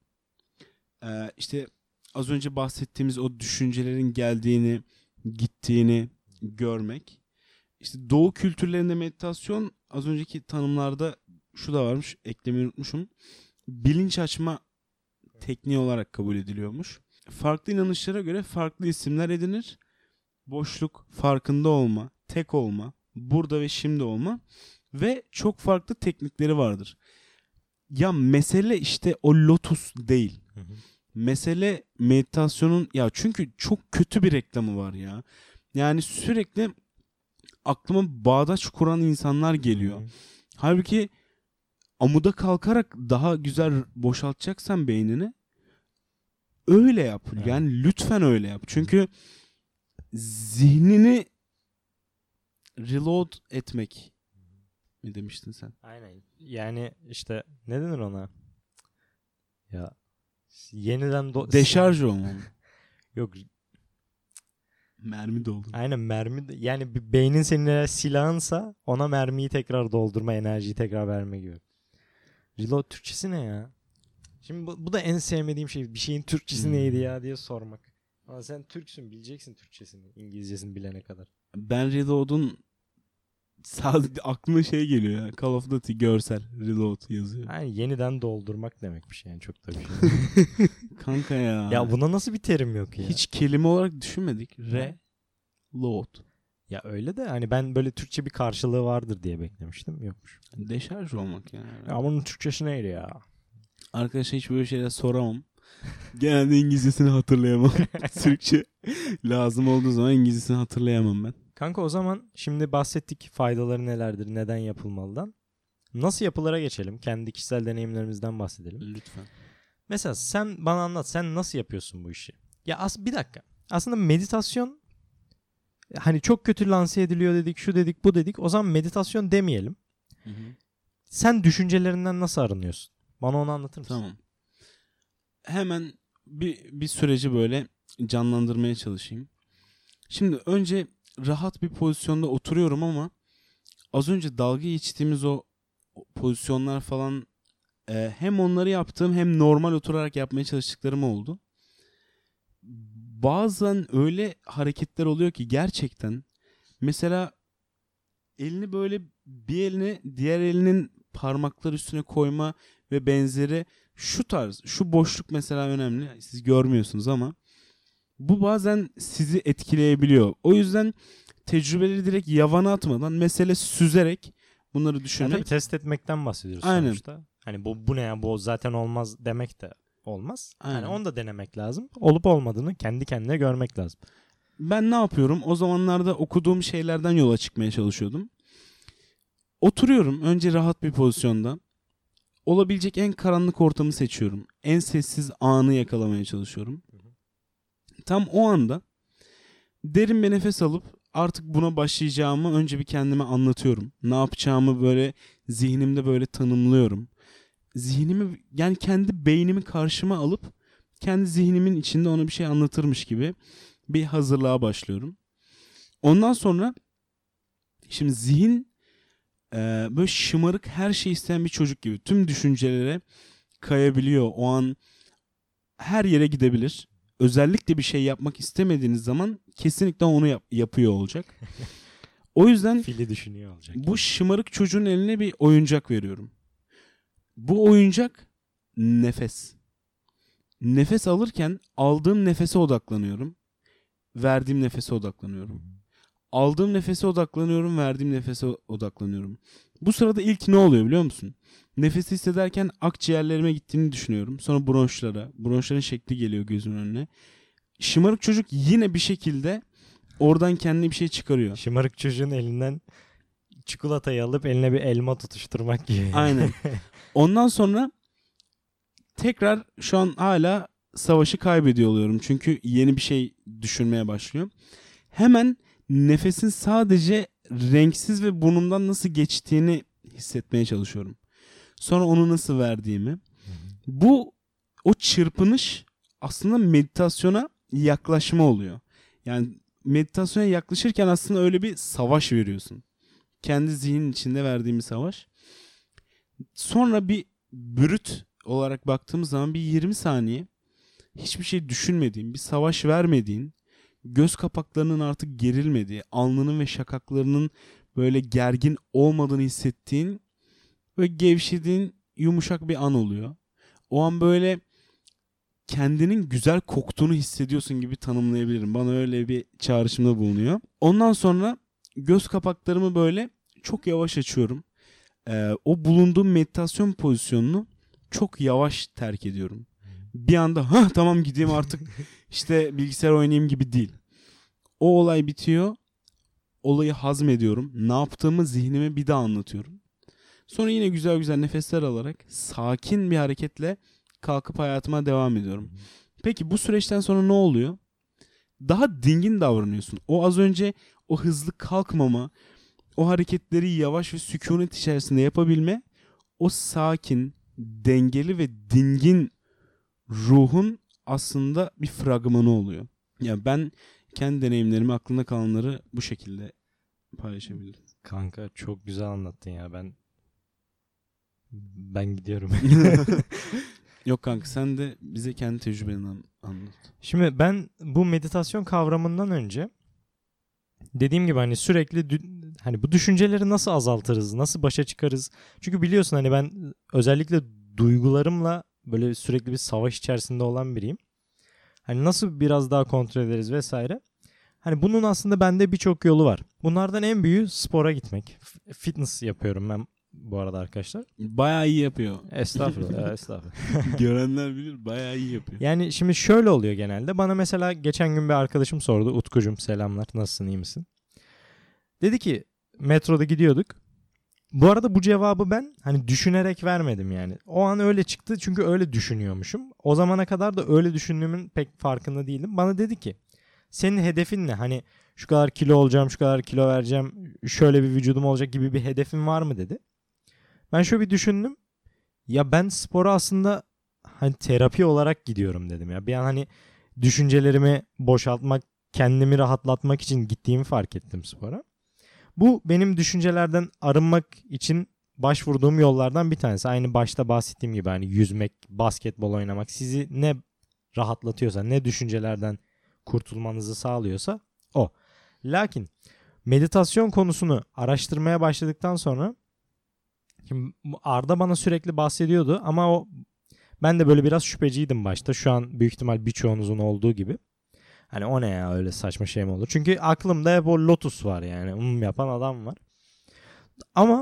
İşte az önce bahsettiğimiz o düşüncelerin geldiğini, gittiğini görmek. İşte Doğu kültürlerinde meditasyon az önceki tanımlarda şu da varmış, eklemeyi unutmuşum. Bilinç açma tekniği olarak kabul ediliyormuş. Farklı inanışlara göre farklı isimler edinir. Boşluk, farkında olma, tek olma, burada ve şimdi olma ve çok farklı teknikleri vardır. Ya mesele işte o lotus değil. Mesele meditasyonun ya çünkü çok kötü bir reklamı var ya. Yani sürekli aklıma bağdaş kuran insanlar geliyor. Halbuki amuda kalkarak daha güzel boşaltacaksan beynini öyle yap. Evet. Yani lütfen öyle yap. Çünkü zihnini reload etmek mi demiştin sen? Aynen. Yani işte ne denir ona? Ya yeniden Deşarj olmalı. Yok. Mermi doldur. Aynen yani beynin senin silahınsa ona mermiyi tekrar doldurma, enerjiyi tekrar verme gibi. Reload Türkçesi ne ya? Şimdi bu da en sevmediğim şey. Bir şeyin Türkçesi neydi ya diye sormak. Ama sen Türksün, bileceksin Türkçesini, İngilizcesini bilene kadar. Ben Reload'un sadece aklıma şey geliyor ya. Call of Duty görsel Reload yazıyor. Yani yeniden doldurmak demek bir şey yani çok da bir şey. Kanka ya. Ya buna nasıl bir terim yok ya? Hiç kelime olarak düşünmedik. Reload. Ya öyle de hani ben böyle Türkçe bir karşılığı vardır diye beklemiştim. Yokmuş. Deşarj olmak yani. Ya bunun Türkçesi neydi ya? Arkadaşlar hiç böyle şeyler soramam. Genelde İngilizcesini hatırlayamam. Türkçe lazım olduğu zaman İngilizcesini hatırlayamam ben. Kanka o zaman şimdi bahsettik faydaları nelerdir, neden yapılmalıdan. Nasıl yapılara geçelim. Kendi kişisel deneyimlerimizden bahsedelim. Lütfen. Mesela sen bana anlat. Sen nasıl yapıyorsun bu işi? Ya bir dakika. Aslında meditasyon hani çok kötü lanse ediliyor dedik, şu dedik, bu dedik. O zaman meditasyon demeyelim. Hı hı. Sen düşüncelerinden nasıl arınıyorsun? Bana onu anlatır mısın? Tamam. Hemen bir süreci böyle canlandırmaya çalışayım. Şimdi önce rahat bir pozisyonda oturuyorum ama az önce dalga geçtiğimiz o pozisyonlar falan hem onları yaptığım hem normal oturarak yapmaya çalıştıklarım oldu. Bazen öyle hareketler oluyor ki gerçekten mesela elini böyle bir eline diğer elinin parmaklar üstüne koyma ve benzeri şu tarz, şu boşluk mesela önemli. Siz görmüyorsunuz ama bu bazen sizi etkileyebiliyor. O yüzden tecrübeleri direkt yavana atmadan mesele süzerek bunları düşünmek. Tabii test etmekten bahsediyoruz Aynen. sonuçta. Hani bu ne ya bu zaten olmaz demek de olmaz. Aynen. Yani onu da denemek lazım. Olup olmadığını kendi kendine görmek lazım. Ben ne yapıyorum? O zamanlarda okuduğum şeylerden yola çıkmaya çalışıyordum. Oturuyorum önce rahat bir pozisyonda. Olabilecek en karanlık ortamı seçiyorum. En sessiz anı yakalamaya çalışıyorum. Tam o anda derin bir nefes alıp artık buna başlayacağımı önce bir kendime anlatıyorum. Ne yapacağımı böyle zihnimde böyle tanımlıyorum. Zihnimi, yani kendi beynimi karşıma alıp kendi zihnimin içinde ona bir şey anlatırmış gibi bir hazırlığa başlıyorum. Ondan sonra şimdi zihin böyle şımarık, her şey isteyen bir çocuk gibi tüm düşüncelere kayabiliyor. O an her yere gidebilir. Özellikle bir şey yapmak istemediğiniz zaman kesinlikle onu yapıyor olacak. O yüzden Fili düşünüyor olacak. bu şımarık çocuğun eline bir oyuncak veriyorum. Bu oyuncak nefes. Nefes alırken aldığım nefese odaklanıyorum. Verdiğim nefese odaklanıyorum. Aldığım nefese odaklanıyorum, verdiğim nefese odaklanıyorum. Bu sırada ilk ne oluyor biliyor musun? Nefesi hissederken akciğerlerime gittiğini düşünüyorum. Sonra bronşlara, bronşların şekli geliyor gözümün önüne. Şımarık çocuk yine bir şekilde oradan kendine bir şey çıkarıyor. Şımarık çocuğun elinden çikolatayı alıp eline bir elma tutuşturmak gibi. Aynen. Ondan sonra tekrar şu an hala savaşı kaybediyor oluyorum. Çünkü yeni bir şey düşünmeye başlıyor. Hemen nefesin sadece renksiz ve burnumdan nasıl geçtiğini hissetmeye çalışıyorum. Sonra onu nasıl verdiğimi. Bu o çırpınış aslında meditasyona yaklaşma oluyor. Yani meditasyona yaklaşırken aslında öyle bir savaş veriyorsun. Kendi zihnin içinde verdiğin bir savaş. Sonra bir brüt olarak baktığımız zaman bir 20 saniye hiçbir şey düşünmediğin, bir savaş vermediğin, göz kapaklarının artık gerilmediği, alnının ve şakaklarının böyle gergin olmadığını hissettiğin, böyle gevşediğin yumuşak bir an oluyor. O an böyle kendinin güzel koktuğunu hissediyorsun gibi tanımlayabilirim. Bana öyle bir çağrışımda bulunuyor. Ondan sonra göz kapaklarımı böyle çok yavaş açıyorum. O bulunduğum meditasyon pozisyonunu çok yavaş terk ediyorum. Bir anda tamam gideyim artık işte bilgisayar oynayayım gibi değil. O olay bitiyor. Olayı hazmediyorum. Ne yaptığımı zihnime bir daha anlatıyorum. Sonra yine güzel güzel nefesler alarak sakin bir hareketle kalkıp hayatıma devam ediyorum. Peki bu süreçten sonra ne oluyor? Daha dingin davranıyorsun. O az önce o hızlı kalkmama, o hareketleri yavaş ve sükunet içerisinde yapabilme, o sakin, dengeli ve dingin ruhun aslında bir fragmanı oluyor. Yani ben kendi deneyimlerimi, aklımda kalanları bu şekilde paylaşabilirim. Kanka çok güzel anlattın ya. Ben gidiyorum. Yok kanka sen de bize kendi tecrübeni anlat. Şimdi ben bu meditasyon kavramından önce dediğim gibi hani sürekli hani bu düşünceleri nasıl azaltırız, nasıl başa çıkarız? Çünkü biliyorsun hani ben özellikle duygularımla böyle sürekli bir savaş içerisinde olan biriyim. Hani nasıl biraz daha kontrol ederiz vesaire. Hani bunun aslında bende birçok yolu var. Bunlardan en büyüğü spora gitmek. Fitness yapıyorum ben bu arada arkadaşlar. Bayağı iyi yapıyor. Estağfurullah, estağfurullah. Görenler bilir, bayağı iyi yapıyor. Yani şimdi şöyle oluyor genelde. Bana mesela geçen gün bir arkadaşım sordu. Utkucuğum selamlar. Nasılsın, iyi misin? Dedi ki metroda gidiyorduk. Bu arada bu cevabı ben hani düşünerek vermedim yani. O an öyle çıktı çünkü öyle düşünüyormuşum. O zamana kadar da öyle düşündüğümün pek farkında değildim. Bana dedi ki senin hedefin ne? Hani şu kadar kilo olacağım, şu kadar kilo vereceğim, şöyle bir vücudum olacak gibi bir hedefin var mı dedi. Ben şöyle bir düşündüm. Ya ben spora aslında hani terapi olarak gidiyorum dedim ya. Bir an hani düşüncelerimi boşaltmak, kendimi rahatlatmak için gittiğimi fark ettim spora. Bu benim düşüncelerden arınmak için başvurduğum yollardan bir tanesi. Aynı başta bahsettiğim gibi hani yüzmek, basketbol oynamak sizi ne rahatlatıyorsa, ne düşüncelerden kurtulmanızı sağlıyorsa o. Lakin meditasyon konusunu araştırmaya başladıktan sonra şimdi Arda bana sürekli bahsediyordu ama ben de böyle biraz şüpheciydim başta. Şu an büyük ihtimal birçoğunuzun olduğu gibi. Hani o ne ya öyle saçma şey mi olur? Çünkü aklımda hep o Lotus var yani. Yapan adam var. Ama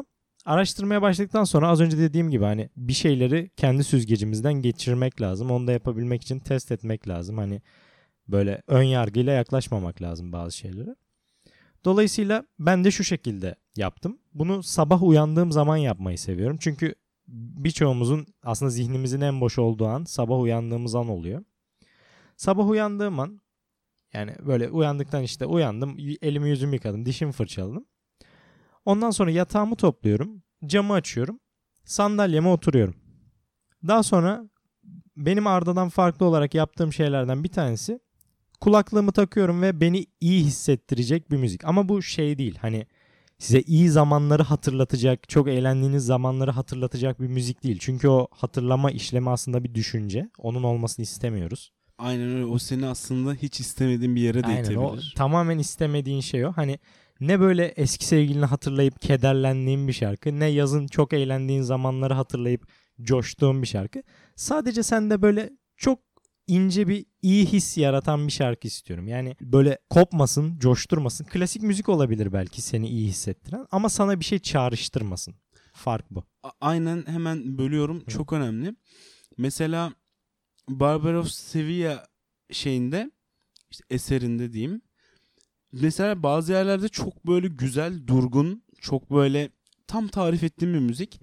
Araştırmaya başladıktan sonra az önce dediğim gibi hani bir şeyleri kendi süzgecimizden geçirmek lazım. Onu da yapabilmek için test etmek lazım. Hani böyle ön yargıyla yaklaşmamak lazım bazı şeylere. Dolayısıyla ben de şu şekilde yaptım. Bunu sabah uyandığım zaman yapmayı seviyorum. Çünkü birçoğumuzun aslında zihnimizin en boş olduğu an sabah uyandığımız an oluyor. Sabah uyandığım an yani böyle uyandıktan işte uyandım, elimi yüzümü yıkadım, dişimi fırçaladım. Ondan sonra yatağımı topluyorum, camı açıyorum, sandalyeme oturuyorum. Daha sonra benim Arda'dan farklı olarak yaptığım şeylerden bir tanesi kulaklığımı takıyorum ve beni iyi hissettirecek bir müzik. Ama bu şey değil hani size iyi zamanları hatırlatacak, çok eğlendiğiniz zamanları hatırlatacak bir müzik değil. Çünkü o hatırlama işlemi aslında bir düşünce. Onun olmasını istemiyoruz. Aynen öyle. O seni aslında hiç istemediğin bir yere de Aynen, itebilir. o tamamen istemediğin şey o. Hani ne böyle eski sevgilini hatırlayıp kederlendiğin bir şarkı, ne yazın çok eğlendiğin zamanları hatırlayıp coştuğun bir şarkı. Sadece sende böyle çok ince bir iyi his yaratan bir şarkı istiyorum. Yani böyle kopmasın, coşturmasın. Klasik müzik olabilir belki seni iyi hissettiren ama sana bir şey çağrıştırmasın. Fark bu. Aynen, hemen bölüyorum. Hı. Çok önemli. Mesela Barbaros Sevilla şeyinde, işte eserinde diyeyim. Mesela bazı yerlerde çok böyle güzel, durgun, çok böyle tam tarif ettiğim bir müzik.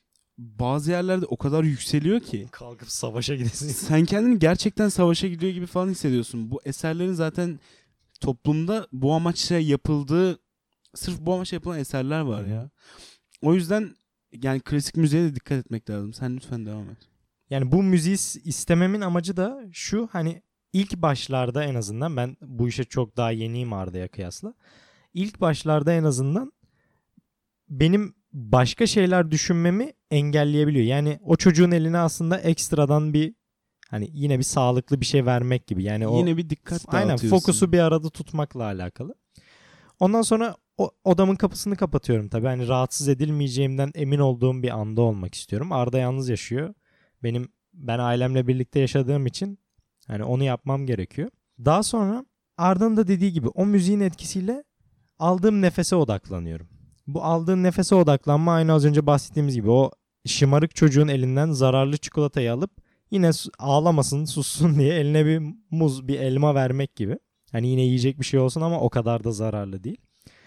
Bazı yerlerde o kadar yükseliyor ki Kalkıp savaşa gidesin. sen kendini gerçekten savaşa gidiyor gibi falan hissediyorsun. Bu eserlerin zaten toplumda bu amaçla yapıldığı, sırf bu amaçla yapılan eserler var ya. O yüzden yani klasik müziğe de dikkat etmek lazım. Sen lütfen devam et. Yani bu müziği istememin amacı da şu, hani ilk başlarda en azından ben bu işe çok daha yeniyim Arda'ya kıyasla. İlk başlarda en azından benim başka şeyler düşünmemi engelleyebiliyor. Yani o çocuğun eline aslında ekstradan bir hani yine bir sağlıklı bir şey vermek gibi. Yani o Yine bir dikkat aynen dağıtıyorsun. fokusu bir arada tutmakla alakalı. Ondan sonra odamın kapısını kapatıyorum tabii. Hani rahatsız edilmeyeceğimden emin olduğum bir anda olmak istiyorum. Arda yalnız yaşıyor. Ben ailemle birlikte yaşadığım için hani onu yapmam gerekiyor. Daha sonra Arda'nın da dediği gibi o müziğin etkisiyle aldığım nefese odaklanıyorum. Bu aldığın nefese odaklanma aynı az önce bahsettiğimiz gibi o şımarık çocuğun elinden zararlı çikolatayı alıp yine ağlamasın, sussun diye eline bir muz, bir elma vermek gibi. Hani yine yiyecek bir şey olsun ama o kadar da zararlı değil.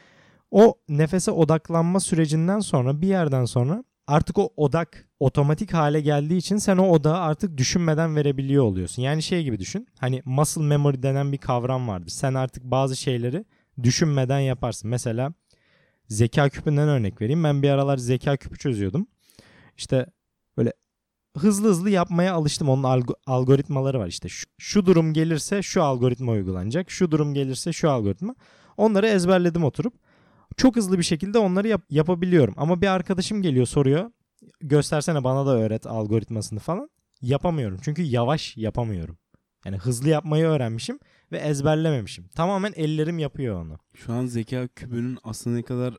O nefese odaklanma sürecinden sonra bir yerden sonra artık o odak otomatik hale geldiği için sen o odağı artık düşünmeden verebiliyor oluyorsun. Yani şey gibi düşün. Hani muscle memory denen bir kavram vardır. Sen artık bazı şeyleri düşünmeden yaparsın. Mesela zeka küpünden örnek vereyim. Ben bir aralar zeka küpü çözüyordum. İşte böyle hızlı hızlı yapmaya alıştım. Onun algoritmaları var işte. Şu durum gelirse şu algoritma uygulanacak. Şu durum gelirse şu algoritma. Onları ezberledim oturup. Çok hızlı bir şekilde onları yapabiliyorum. Ama bir arkadaşım geliyor soruyor. Göstersene bana da öğret algoritmasını falan. Yapamıyorum. Çünkü yavaş yapamıyorum. Yani hızlı yapmayı öğrenmişim ve ezberlememişim. Tamamen ellerim yapıyor onu. Şu an zeka küpünün aslında ne kadar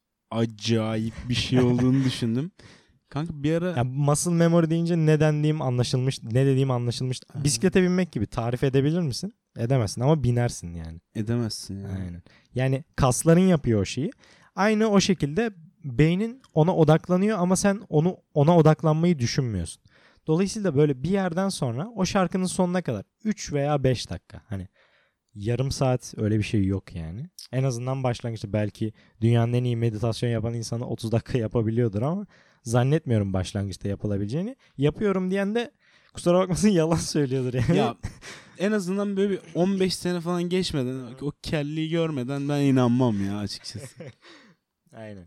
acayip bir şey olduğunu düşündüm. Kanka bir ara... Yani muscle memory deyince ne dediğim anlaşılmış. Bisiklete binmek gibi tarif edebilir misin? Edemezsin ama binersin yani. Edemezsin yani. Aynen. Yani kasların yapıyor o şeyi. Aynı o şekilde beynin ona odaklanıyor ama sen ona odaklanmayı düşünmüyorsun. Dolayısıyla böyle bir yerden sonra o şarkının sonuna kadar 3 veya 5 dakika hani yarım saat öyle bir şey yok yani. En azından başlangıçta belki dünyanın en iyi meditasyon yapan insanı 30 dakika yapabiliyordur ama zannetmiyorum başlangıçta yapılabileceğini. Yapıyorum diyen de kusura bakmasın yalan söylüyordur yani. Ya en azından böyle bir 15 sene falan geçmeden o kelliyi görmeden ben inanmam ya açıkçası. Aynen.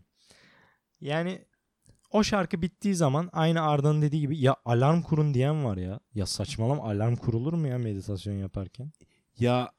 Yani o şarkı bittiği zaman aynı Arda'nın dediği gibi ya alarm kurun diyen var ya. Ya saçmalama, alarm kurulur mu ya meditasyon yaparken? Ya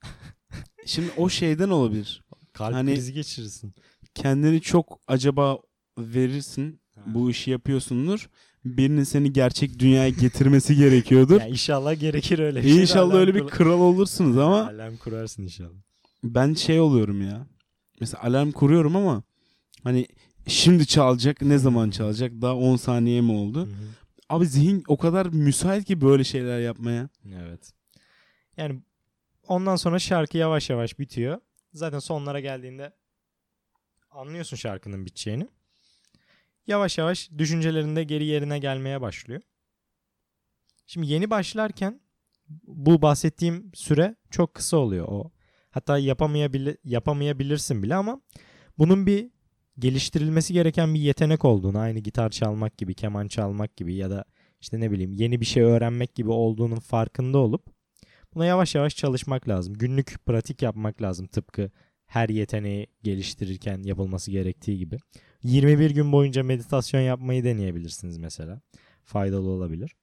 şimdi o şeyden olabilir. Kalp Hani krizi geçirirsin. kendini çok acaba verirsin. Bu işi yapıyorsundur. Birinin seni gerçek dünyaya getirmesi gerekiyordur. Ya inşallah gerekir öyle bir şey. İnşallah öyle bir kral olursunuz ama alarm kurarsın inşallah. ben şey oluyorum ya. Mesela alarm kuruyorum ama hani şimdi çalacak, ne zaman çalacak? Daha 10 saniye mi oldu? Hı hı. Abi zihin o kadar müsait ki böyle şeyler yapmaya. Evet. Yani ondan sonra şarkı yavaş yavaş bitiyor. Zaten sonlara geldiğinde anlıyorsun şarkının biteceğini. yavaş yavaş düşüncelerinde geri yerine gelmeye başlıyor. Şimdi yeni başlarken bu bahsettiğim süre çok kısa oluyor o. Hatta yapamayabilirsin bile ama bunun bir geliştirilmesi gereken bir yetenek olduğunu, aynı gitar çalmak gibi, keman çalmak gibi ya da işte ne bileyim yeni bir şey öğrenmek gibi olduğunun farkında olup buna yavaş yavaş çalışmak lazım. Günlük pratik yapmak lazım, tıpkı her yeteneği geliştirirken yapılması gerektiği gibi. 21 gün boyunca meditasyon yapmayı deneyebilirsiniz mesela. Faydalı olabilir.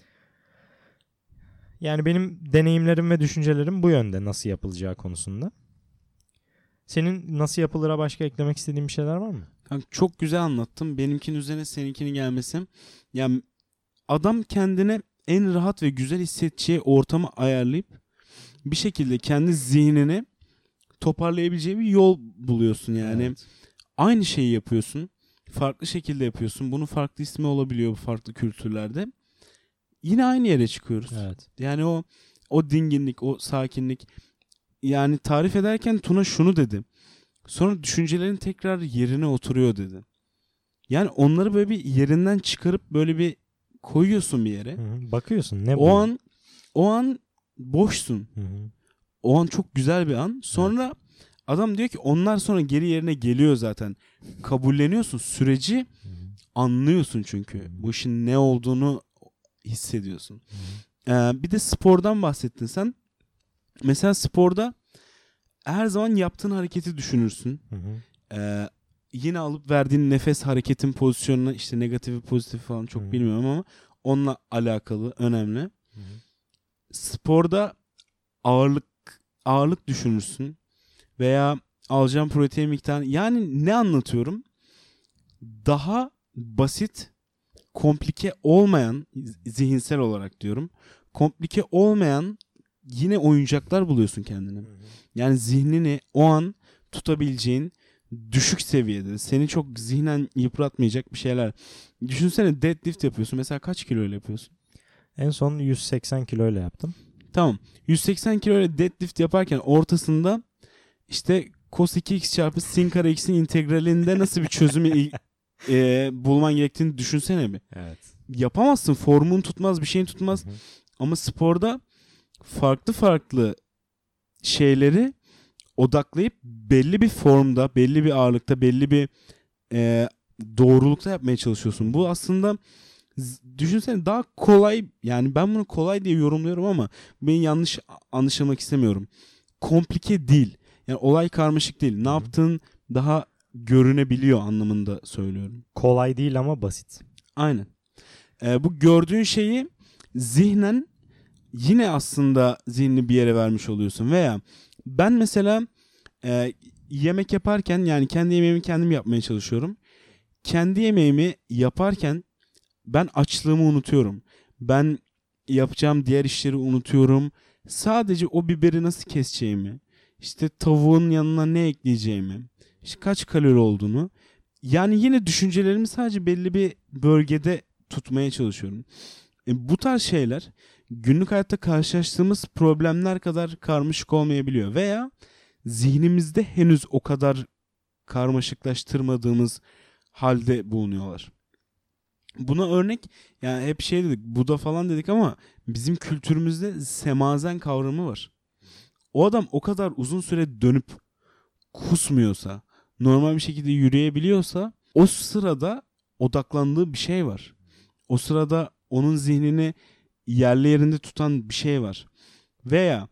Yani benim deneyimlerim ve düşüncelerim bu yönde nasıl yapılacağı konusunda. Senin nasıl yapılır'a başka eklemek istediğin bir şeyler var mı? Kanka çok güzel anlattım. Benimkinin üzerine seninkinin gelmesi. Yani adam kendine en rahat ve güzel hissedeceği ortamı ayarlayıp bir şekilde kendi zihnini toparlayabileceği bir yol buluyorsun yani. Evet. Aynı şeyi yapıyorsun. Farklı şekilde yapıyorsun. Bunun farklı ismi olabiliyor bu farklı kültürlerde. Yine aynı yere çıkıyoruz. Evet. Yani o dinginlik, o sakinlik. Yani tarif ederken Tuna şunu dedi. Sonra düşüncelerin tekrar yerine oturuyor dedi. Yani onları böyle bir yerinden çıkarıp böyle bir koyuyorsun bir yere. Hı-hı. Bakıyorsun ne bu? O an boşsun. Hı-hı. O an çok güzel bir an. Sonra adam diyor ki onlar sonra geri yerine geliyor zaten. Kabulleniyorsun süreci, Hı-hı. anlıyorsun çünkü. Hı-hı. Bu işin ne olduğunu hissediyorsun. Bir de spordan bahsettin sen. Mesela sporda her zaman yaptığın hareketi düşünürsün. Yine alıp verdiğin nefes hareketin pozisyonuna, işte negatifi pozitifi falan çok bilmiyorum ama onunla alakalı, önemli. Hı-hı. Sporda ağırlık düşünürsün veya alacağın protein miktarı, yani ne anlatıyorum? Daha basit, komplike olmayan, zihinsel olarak diyorum, komplike olmayan yine oyuncaklar buluyorsun kendine. Yani zihnini o an tutabileceğin düşük seviyede, seni çok zihnen yıpratmayacak bir şeyler. Düşünsene, deadlift yapıyorsun. Mesela kaç kiloyla yapıyorsun? En son 180 kiloyla yaptım. Tamam. 180 kiloyla deadlift yaparken ortasında işte cos 2x çarpı sin kare x'in integralinde nasıl bir çözümü bulman gerektiğini düşünsene bir. Evet. Yapamazsın. Formun tutmaz, bir şeyin tutmaz. Hı-hı. Ama sporda farklı şeyleri odaklayıp belli bir formda, belli bir ağırlıkta, belli bir doğrulukta yapmaya çalışıyorsun. Bu aslında düşünsene daha kolay, yani ben bunu kolay diye yorumluyorum ama beni yanlış anlaşılmak istemiyorum. Komplike değil. Yani olay karmaşık değil. Ne yaptığın daha görünebiliyor anlamında söylüyorum. Kolay değil ama basit. Aynen. Bu gördüğün şeyi zihnen yine aslında zihnini bir yere vermiş oluyorsun. Veya ben mesela yemek yaparken, yani kendi yemeğimi kendim yapmaya çalışıyorum. Kendi yemeğimi yaparken ben açlığımı unutuyorum. Ben yapacağım diğer işleri unutuyorum. Sadece o biberi nasıl keseceğimi, işte tavuğun yanına ne ekleyeceğimi, işte kaç kalori olduğunu, yani yine düşüncelerimi sadece belli bir bölgede tutmaya çalışıyorum. Bu tarz şeyler günlük hayatta karşılaştığımız problemler kadar karmaşık olmayabiliyor veya zihnimizde henüz o kadar karmaşıklaştırmadığımız halde bulunuyorlar. Buna örnek, yani hep şey dedik, Buda falan dedik ama bizim kültürümüzde semazen kavramı var. O adam o kadar uzun süre dönüp kusmuyorsa, normal bir şekilde yürüyebiliyorsa, o sırada odaklandığı bir şey var. O sırada onun zihnini yerli yerinde tutan bir şey var. Veya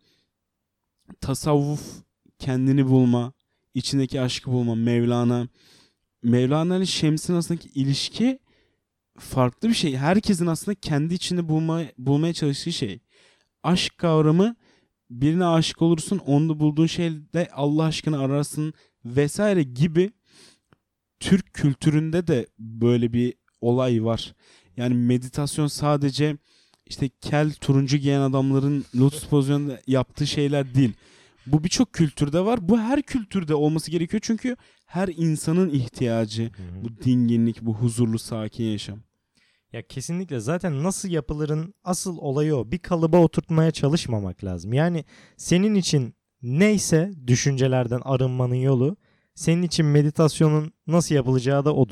tasavvuf, kendini bulma, içindeki aşkı bulma, Mevlana ile Şems'in arasındaki ilişki farklı bir şey. Herkesin aslında kendi içinde bulmaya çalıştığı şey. Aşk kavramı, birine aşık olursun, onda bulduğun şeyde Allah aşkına ararsın vesaire gibi. Türk kültüründe de böyle bir olay var. Yani meditasyon sadece işte kel turuncu giyen adamların lotus pozisyonunda yaptığı şeyler değil. Bu birçok kültürde var. Bu her kültürde olması gerekiyor çünkü her insanın ihtiyacı bu dinginlik, bu huzurlu, sakin yaşam. Ya kesinlikle, zaten nasıl yapılırın asıl olayı o. Bir kalıba oturtmaya çalışmamak lazım. Yani senin için neyse düşüncelerden arınmanın yolu, senin için meditasyonun nasıl yapılacağı da odur.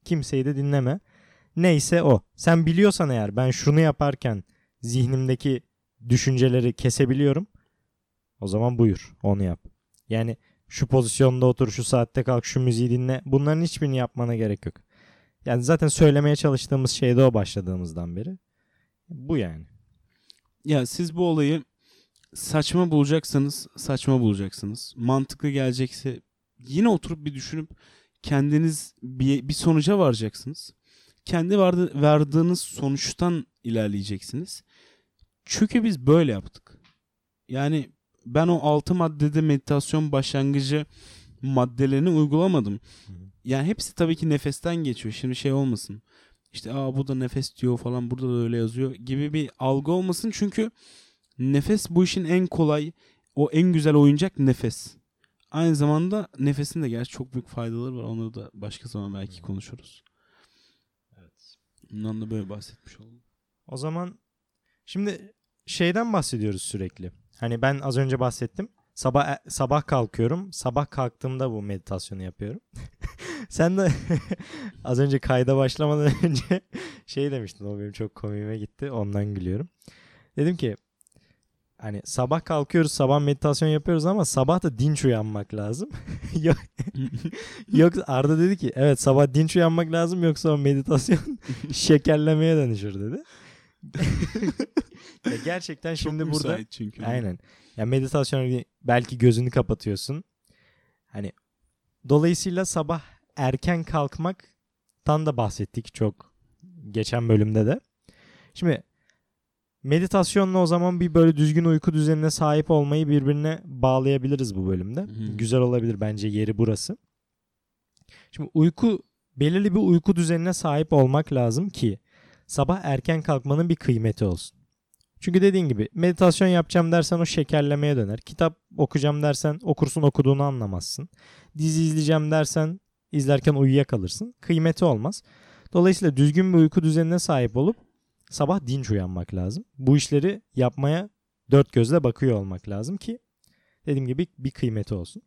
Kimseyi de dinleme. Neyse o. Sen biliyorsan eğer ben şunu yaparken zihnimdeki düşünceleri kesebiliyorum. O zaman buyur onu yap. Yani şu pozisyonda otur, şu saatte kalk, şu müziği dinle. Bunların hiçbirini yapmana gerek yok. Yani zaten söylemeye çalıştığımız şey de o başladığımızdan beri. Bu yani. Ya siz bu olayı saçma bulacaksanız saçma bulacaksınız. Mantıklı gelecekse yine oturup bir düşünüp kendiniz bir sonuca varacaksınız. Kendi vardığınız sonuçtan ilerleyeceksiniz. Çünkü biz böyle yaptık. Yani ben o 6 maddede meditasyon başlangıcı maddelerini uygulamadım. Yani hepsi tabii ki nefesten geçiyor. Şimdi şey olmasın. İşte bu da nefes diyor falan, burada da öyle yazıyor gibi bir algı olmasın. Çünkü nefes bu işin en kolay, o en güzel oyuncak nefes. Aynı zamanda nefesin de gerçi çok büyük faydaları var. Onları da başka zaman belki konuşuruz. Evet. Bundan da böyle bahsetmiş oldum. O zaman şimdi şeyden bahsediyoruz sürekli. Hani ben az önce bahsettim. Sabah kalkıyorum. Sabah kalktığımda bu meditasyonu yapıyorum. Sen de az önce kayda başlamadan önce şey demiştin. O benim çok komiğime gitti. Ondan gülüyorum. Dedim ki hani sabah kalkıyoruz, sabah meditasyon yapıyoruz ama sabah da dinç uyanmak lazım. Yok Arda dedi ki evet sabah dinç uyanmak lazım yoksa o meditasyon şekerlemeye dönüşür dedi. Ya gerçekten şimdi çok burada çünkü. aynen. Ya meditasyon belki gözünü kapatıyorsun. Hani dolayısıyla sabah erken kalkmaktan da bahsettik çok geçen bölümde de. Şimdi meditasyonla o zaman bir böyle düzgün uyku düzenine sahip olmayı birbirine bağlayabiliriz bu bölümde. Güzel olabilir bence yeri burası. Şimdi belirli bir uyku düzenine sahip olmak lazım ki sabah erken kalkmanın bir kıymeti olsun. Çünkü dediğin gibi meditasyon yapacağım dersen o şekerlemeye döner. Kitap okuyacağım dersen okursun okuduğunu anlamazsın. Dizi izleyeceğim dersen izlerken uyuyakalırsın. Kıymeti olmaz. Dolayısıyla düzgün bir uyku düzenine sahip olup sabah dinç uyanmak lazım. Bu işleri yapmaya dört gözle bakıyor olmak lazım ki dediğim gibi bir kıymeti olsun.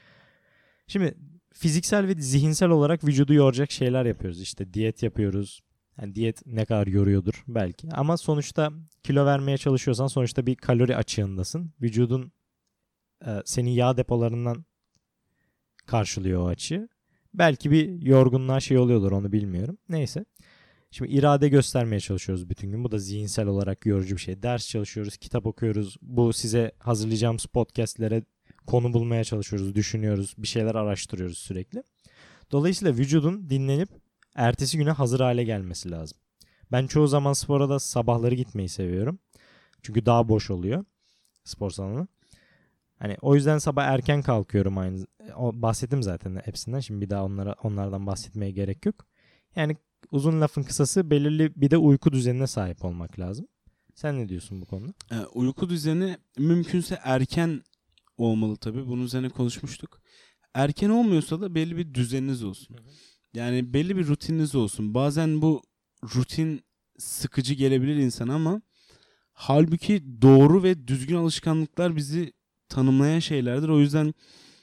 Şimdi fiziksel ve zihinsel olarak vücudu yoracak şeyler yapıyoruz. İşte diyet yapıyoruz. Yani diyet ne kadar yoruyordur belki. Ama sonuçta kilo vermeye çalışıyorsan sonuçta bir kalori açığındasın. Vücudun senin yağ depolarından karşılıyor o açığı. Belki bir yorgunluğa şey oluyordur onu bilmiyorum. Neyse. Şimdi irade göstermeye çalışıyoruz bütün gün. Bu da zihinsel olarak yorucu bir şey. Ders çalışıyoruz, kitap okuyoruz. Bu size hazırlayacağımız podcastlere konu bulmaya çalışıyoruz, düşünüyoruz, bir şeyler araştırıyoruz sürekli. Dolayısıyla vücudun dinlenip ertesi güne hazır hale gelmesi lazım. Ben çoğu zaman spora da sabahları gitmeyi seviyorum. Çünkü daha boş oluyor spor salonu. Hani o yüzden sabah erken kalkıyorum aynı. Bahsettim zaten hepsinden. Şimdi bir daha onlardan bahsetmeye gerek yok. Yani uzun lafın kısası belirli bir de uyku düzenine sahip olmak lazım. Sen ne diyorsun bu konuda? Uyku düzeni mümkünse erken olmalı tabii. Bunun üzerine konuşmuştuk. Erken olmuyorsa da belli bir düzeniniz olsun. Yani belli bir rutininiz olsun. Bazen bu rutin sıkıcı gelebilir insana ama halbuki doğru ve düzgün alışkanlıklar bizi tanımlayan şeylerdir. O yüzden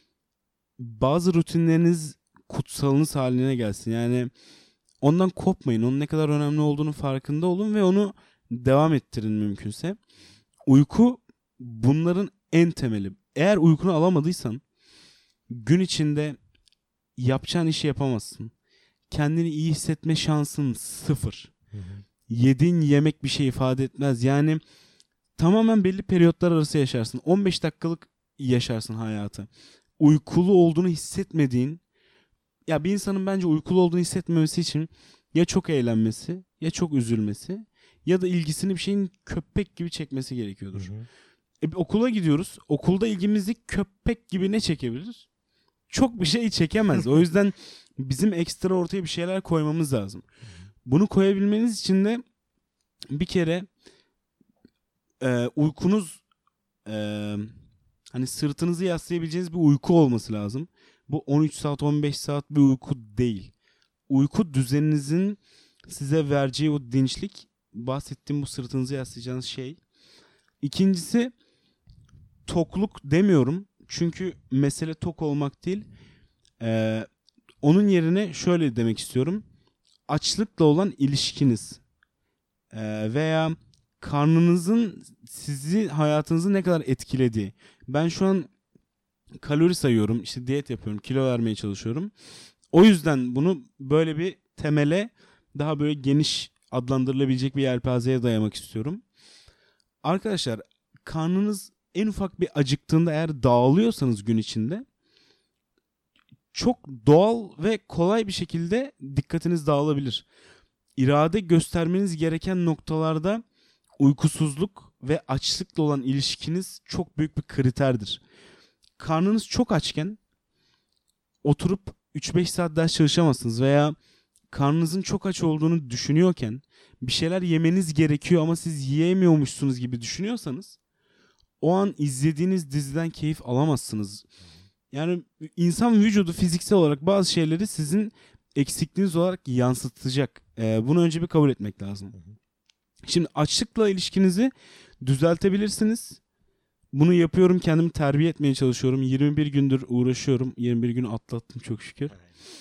bazı rutinleriniz kutsalınız haline gelsin. Yani ondan kopmayın. Onun ne kadar önemli olduğunu farkında olun ve onu devam ettirin mümkünse. Uyku bunların en temeli. Eğer uykunu alamadıysan gün içinde yapacağın işi yapamazsın. Kendini iyi hissetme şansın sıfır. Yediğin yemek bir şey ifade etmez. Yani tamamen belli periyotlar arası yaşarsın. 15 dakikalık yaşarsın hayatı. Uykulu olduğunu hissetmediğin, ya bir insanın bence uykulu olduğunu hissetmemesi için ya çok eğlenmesi, ya çok üzülmesi ya da ilgisini bir şeyin köpek gibi çekmesi gerekiyordur. Okula gidiyoruz. Okulda ilgimizi köpek gibi ne çekebilir? Çok bir şey çekemez. O yüzden bizim ekstra ortaya bir şeyler koymamız lazım. Bunu koyabilmeniz için de bir kere uykunuz hani sırtınızı yaslayabileceğiniz bir uyku olması lazım. Bu 13 saat 15 saat bir uyku değil. Uyku düzeninizin size vereceği o dinçlik, bahsettiğim bu sırtınızı yaslayacağınız şey. İkincisi tokluk demiyorum. Çünkü mesele tok olmak değil. Onun yerine şöyle demek istiyorum. açlıkla olan ilişkiniz veya karnınızın sizi hayatınızı ne kadar etkilediği. Ben şu an kalori sayıyorum, işte diyet yapıyorum, kilo vermeye çalışıyorum. O yüzden bunu böyle bir temele, daha böyle geniş adlandırılabilecek bir yelpazeye dayamak istiyorum. Arkadaşlar, karnınız en ufak bir acıktığında eğer dağılıyorsanız gün içinde, çok doğal ve kolay bir şekilde dikkatiniz dağılabilir. İrade göstermeniz gereken noktalarda uykusuzluk ve açlıkla olan ilişkiniz çok büyük bir kriterdir. Karnınız çok açken oturup 3-5 saat ders çalışamazsınız veya karnınızın çok aç olduğunu düşünüyorken bir şeyler yemeniz gerekiyor ama siz yiyemiyormuşsunuz gibi düşünüyorsanız o an izlediğiniz diziden keyif alamazsınız. Yani insan vücudu fiziksel olarak bazı şeyleri sizin eksikliğiniz olarak yansıtacak. Bunu önce bir kabul etmek lazım. Şimdi açlıkla ilişkinizi düzeltebilirsiniz. Bunu yapıyorum, kendimi terbiye etmeye çalışıyorum. 21 gündür uğraşıyorum. 21 günü atlattım çok şükür.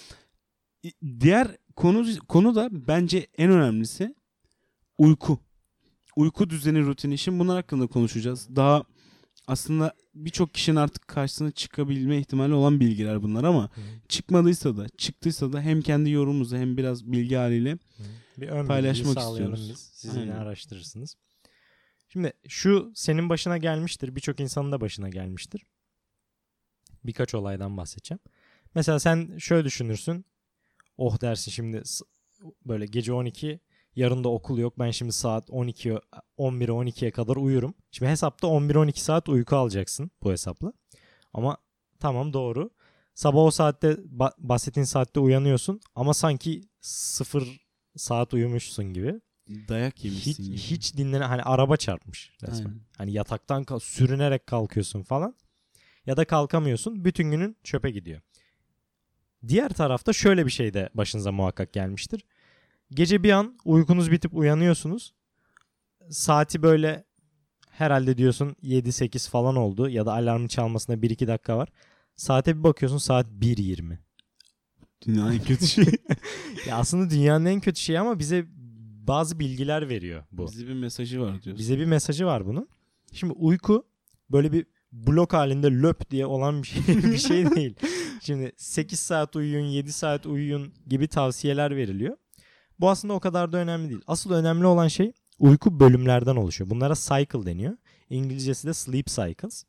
Diğer konu da bence en önemlisi uyku. Uyku düzeni, rutini. Şimdi bunlar hakkında konuşacağız. Daha aslında birçok kişinin artık karşısına çıkabilme ihtimali olan bilgiler bunlar ama çıkmadıysa da çıktıysa da hem kendi yorumumuzu hem biraz bilgi haliyle bir ön paylaşmak sağlayalım istiyoruz. biz. Siz yine araştırırsınız. Şimdi şu senin başına gelmiştir. Birçok insanın da başına gelmiştir. Birkaç olaydan bahsedeceğim. Mesela sen şöyle düşünürsün. Oh dersin şimdi böyle gece 12, yarın da okul yok. Ben şimdi saat 12, 11'e 12'ye kadar uyurum. Şimdi hesapta 11-12 saat uyku alacaksın bu hesapla. Ama tamam, doğru. Sabah o saatte bahsettiğin saatte uyanıyorsun ama sanki 0 saat uyumuşsun gibi. Dayak yemişsin gibi. Hiç hani araba çarpmış resmen. Aynen. Hani yataktan sürünerek kalkıyorsun falan. Ya da kalkamıyorsun. Bütün günün çöpe gidiyor. Diğer tarafta şöyle bir şey de başınıza muhakkak gelmiştir. Gece bir an uykunuz bitip uyanıyorsunuz. Saati böyle herhalde diyorsun 7-8 falan oldu ya da alarmın çalmasına 1-2 dakika var. Saate bir bakıyorsun, saat 1:20. Dünyanın en kötü şey. Ya aslında dünyanın en kötü şeyi ama bize bazı bilgiler veriyor bu. Bize bir mesajı var diyorsun. Bize bir mesajı var bunun. Şimdi uyku böyle bir blok halinde löp diye olan bir şey değil. Şimdi 8 saat uyuyun, 7 saat uyuyun gibi tavsiyeler veriliyor. Bu aslında o kadar da önemli değil. Asıl önemli olan şey uyku bölümlerden oluşuyor. Bunlara cycle deniyor. İngilizcesi de sleep cycles.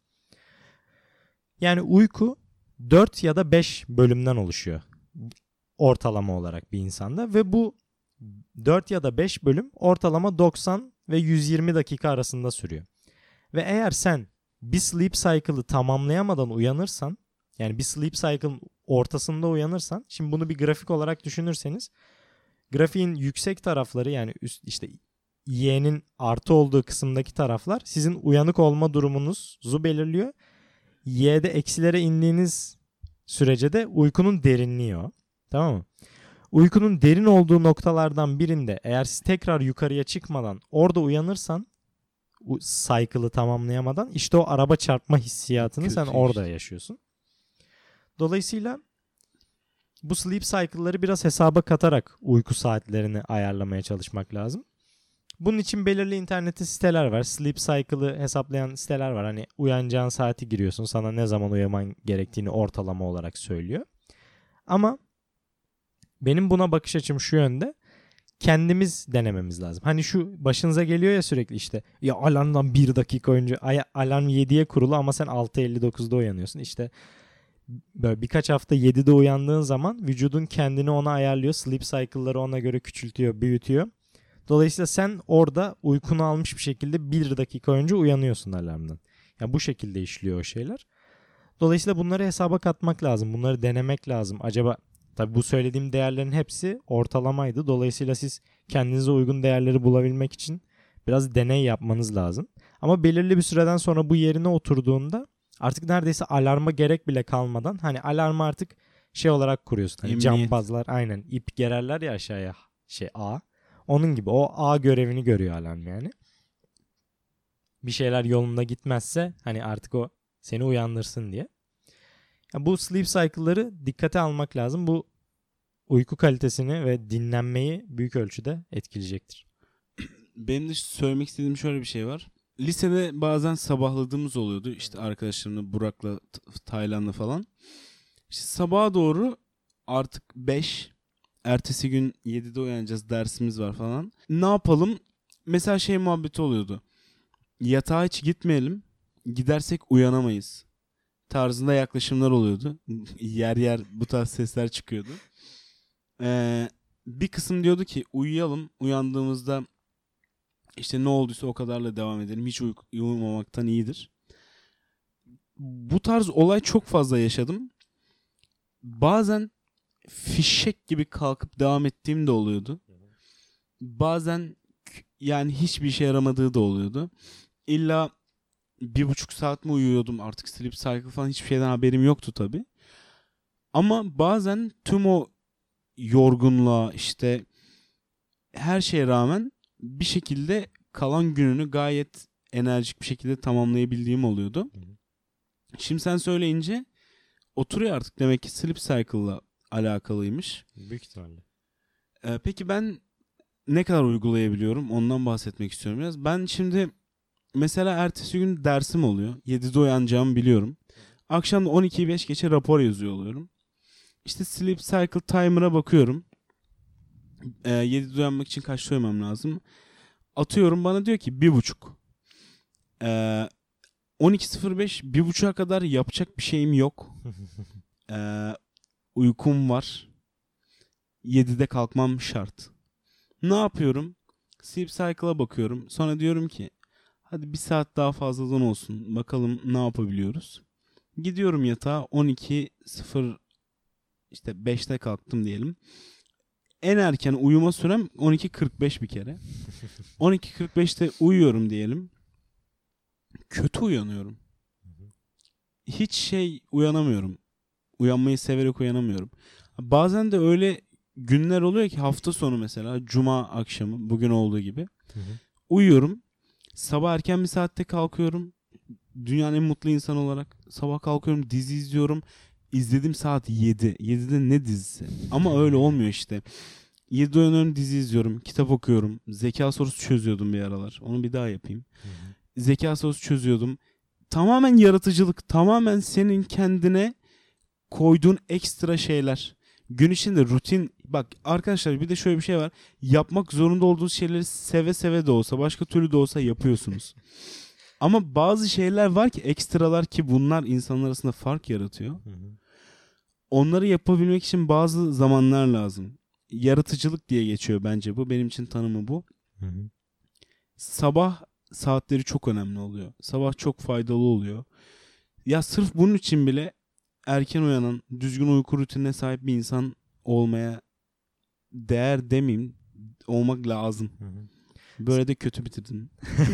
Yani uyku 4 ya da 5 bölümden oluşuyor ortalama olarak bir insanda ve bu 4 ya da 5 bölüm ortalama 90 ve 120 dakika arasında sürüyor. Ve eğer sen bir sleep cycle'ı tamamlayamadan uyanırsan, yani bir sleep cycle'ın ortasında uyanırsan, şimdi bunu bir grafik olarak düşünürseniz, grafiğin yüksek tarafları, yani işte y'nin artı olduğu kısımdaki taraflar sizin uyanık olma durumunuzu belirliyor. Y'de eksilere indiğiniz sürece de uykunun derinliği o. Tamam mı? Uykunun derin olduğu noktalardan birinde eğer siz tekrar yukarıya çıkmadan orada uyanırsan, cycle'ı tamamlayamadan, işte o araba çarpma hissiyatını Kötü sen işte. orada yaşıyorsun. Dolayısıyla bu sleep cycle'ları biraz hesaba katarak uyku saatlerini ayarlamaya çalışmak lazım. Bunun için belirli internette siteler var. Sleep cycle'ı hesaplayan siteler var. Hani uyanacağın saati giriyorsun, sana ne zaman uyuman gerektiğini ortalama olarak söylüyor. Ama benim buna bakış açım şu yönde. Kendimiz denememiz lazım. Hani şu başınıza geliyor ya sürekli, işte ya alarmdan 1 dakika önce alarm 7'ye kurulu ama sen 6:59'da uyanıyorsun. İşte böyle birkaç hafta 7'de uyandığın zaman vücudun kendini ona ayarlıyor. Sleep cycle'ları ona göre küçültüyor, büyütüyor. Dolayısıyla sen orada uykunu almış bir şekilde 1 dakika önce uyanıyorsun alarmdan. Yani bu şekilde işliyor o şeyler. Dolayısıyla bunları hesaba katmak lazım. Bunları denemek lazım. Acaba, tabii bu söylediğim değerlerin hepsi ortalamaydı. Dolayısıyla siz kendinize uygun değerleri bulabilmek için biraz deney yapmanız lazım. Ama belirli bir süreden sonra bu yerine oturduğunda artık neredeyse alarma gerek bile kalmadan, hani alarmı artık şey olarak kuruyorsun. Hani cambazlar aynen ip gererler ya aşağıya, ağ. Onun gibi o ağ görevini görüyor alarm yani. Bir şeyler yolunda gitmezse hani artık o seni uyandırsın diye. Yani bu sleep cycle'ları dikkate almak lazım. Bu uyku kalitesini ve dinlenmeyi büyük ölçüde etkileyecektir. Benim de söylemek istediğim şöyle bir şey var. Lisede bazen sabahladığımız oluyordu. İşte arkadaşlarımla, Burak'la, Taylan'la falan. İşte sabaha doğru artık 5, ertesi gün 7'de uyanacağız, dersimiz var falan. Ne yapalım? Mesela şey muhabbeti oluyordu. Yatağa hiç gitmeyelim. Gidersek uyanamayız tarzında yaklaşımlar oluyordu. Yer yer bu tarz sesler çıkıyordu. Bir kısım diyordu ki uyuyalım. Uyandığımızda işte ne olduysa o kadarla devam edelim. Hiç uyumamaktan iyidir. Bu tarz olay çok fazla yaşadım. Bazen fişek gibi kalkıp devam ettiğim de oluyordu. Bazen yani hiçbir işe yaramadığı da oluyordu. İlla 1,5 saat mi uyuyordum artık, sleep cycle falan hiçbir şeyden haberim yoktu tabii. Ama bazen tüm o yorgunluğa işte her şeye rağmen bir şekilde kalan gününü gayet enerjik bir şekilde tamamlayabildiğim oluyordu. Şimdi sen söyleyince oturuyor artık, demek ki sleep cycle'la alakalıymış. Büyük ihtimalle. Peki ben ne kadar uygulayabiliyorum? Ondan bahsetmek istiyorum biraz. Ben şimdi mesela ertesi gün dersim oluyor. 7'de uyanacağımı biliyorum. Akşam da 12'yi 5 geçe rapor yazıyor oluyorum. İşte sleep cycle timer'a bakıyorum. 7'de uyanmak için kaçta uyumam lazım? Atıyorum, bana diyor ki 1.30. 12.05 1.30'a kadar yapacak bir şeyim yok. Uykum var. 7'de kalkmam şart. Ne yapıyorum? Sleep cycle'a bakıyorum. Sonra diyorum ki hadi bir saat daha fazladan olsun. Bakalım ne yapabiliyoruz. Gidiyorum yatağa 12.0 işte 5'te kalktım diyelim. En erken uyuma sürem 12.45 bir kere. 12.45'te uyuyorum diyelim. Kötü uyanıyorum. Hiç uyanamıyorum. Uyanmayı severek uyanamıyorum. Bazen de öyle günler oluyor ki hafta sonu mesela cuma akşamı bugün olduğu gibi. Uyuyorum. Sabah erken bir saatte kalkıyorum. Dünyanın en mutlu insanı olarak sabah kalkıyorum, dizi izliyorum. İzlediğim saat 7. 7'de ne dizisi? Ama öyle olmuyor işte. 7'de uyanıyorum, dizi izliyorum, kitap okuyorum. Zeka sorusu çözüyordum bir aralar. Onu bir daha yapayım. Zeka sorusu çözüyordum. Tamamen yaratıcılık, tamamen senin kendine koyduğun ekstra şeyler. Gün içinde rutin. Bak arkadaşlar, bir de şöyle bir şey var. Yapmak zorunda olduğunuz şeyleri seve seve de olsa, başka türlü de olsa yapıyorsunuz. Ama bazı şeyler var ki, ekstralar, ki bunlar insanlar arasında fark yaratıyor. Onları yapabilmek için bazı zamanlar lazım. Yaratıcılık diye geçiyor bence bu. Benim için tanımı bu. Sabah saatleri çok önemli oluyor. Sabah çok faydalı oluyor. Ya sırf bunun için bile erken uyanan, düzgün uyku rutinine sahip bir insan olmaya değer demeyeyim, olmak lazım. Böyle de kötü bitirdim.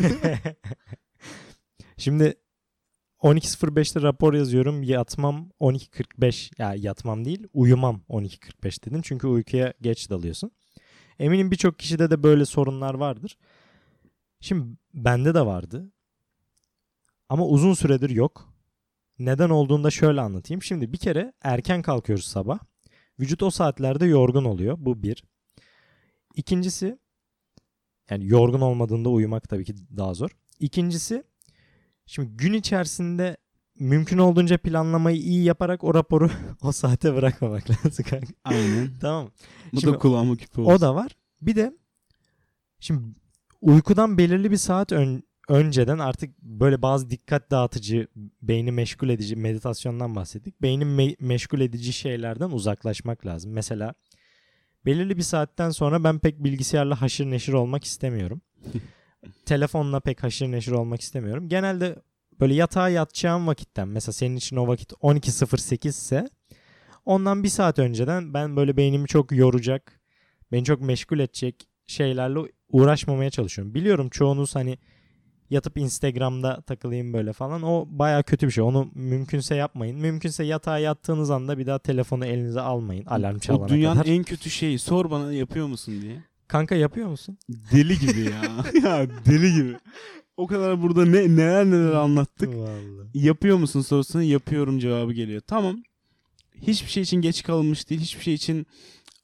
Şimdi 12.05'te rapor yazıyorum. Yatmam 12.45. Ya yatmam değil, uyumam 12.45 dedin. Çünkü uykuya geç dalıyorsun. Eminim birçok kişide de böyle sorunlar vardır. Şimdi bende de vardı. Ama uzun süredir yok. Neden olduğunu da şöyle anlatayım. Şimdi bir kere erken kalkıyoruz sabah. Vücut o saatlerde yorgun oluyor. Bu bir. İkincisi, yani yorgun olmadığında uyumak tabii ki daha zor. İkincisi, şimdi gün içerisinde mümkün olduğunca planlamayı iyi yaparak o raporu o saate bırakmamak lazım kanka. Aynen. Tamam. Bu Şimdi da kulağıma küpe olsun. o da var. Bir de şimdi uykudan belirli bir saat önceden artık böyle bazı dikkat dağıtıcı, beyni meşgul edici, meditasyondan bahsettik. Beyni meşgul edici şeylerden uzaklaşmak lazım. Mesela belirli bir saatten sonra ben pek bilgisayarla haşır neşir olmak istemiyorum. Telefonla pek haşır neşir olmak istemiyorum. Genelde böyle yatağa yatacağım vakitten, mesela senin için o vakit 12.08 ise ondan bir saat önceden ben böyle beynimi çok yoracak, beni çok meşgul edecek şeylerle uğraşmamaya çalışıyorum. Biliyorum çoğunuz hani yatıp Instagram'da takılayım böyle falan. O baya kötü bir şey. Onu mümkünse yapmayın. Mümkünse yatağa yattığınız anda bir daha telefonu elinize almayın. Alarm çalana kadar. O dünyanın en kötü şeyi. Sor bana, yapıyor musun diye. Kanka yapıyor musun? Deli gibi ya. Ya deli gibi. O kadar burada neler anlattık. Vallahi. Yapıyor musun sorusuna yapıyorum cevabı geliyor. Tamam. Hiçbir şey için geç kalınmış değil. Hiçbir şey için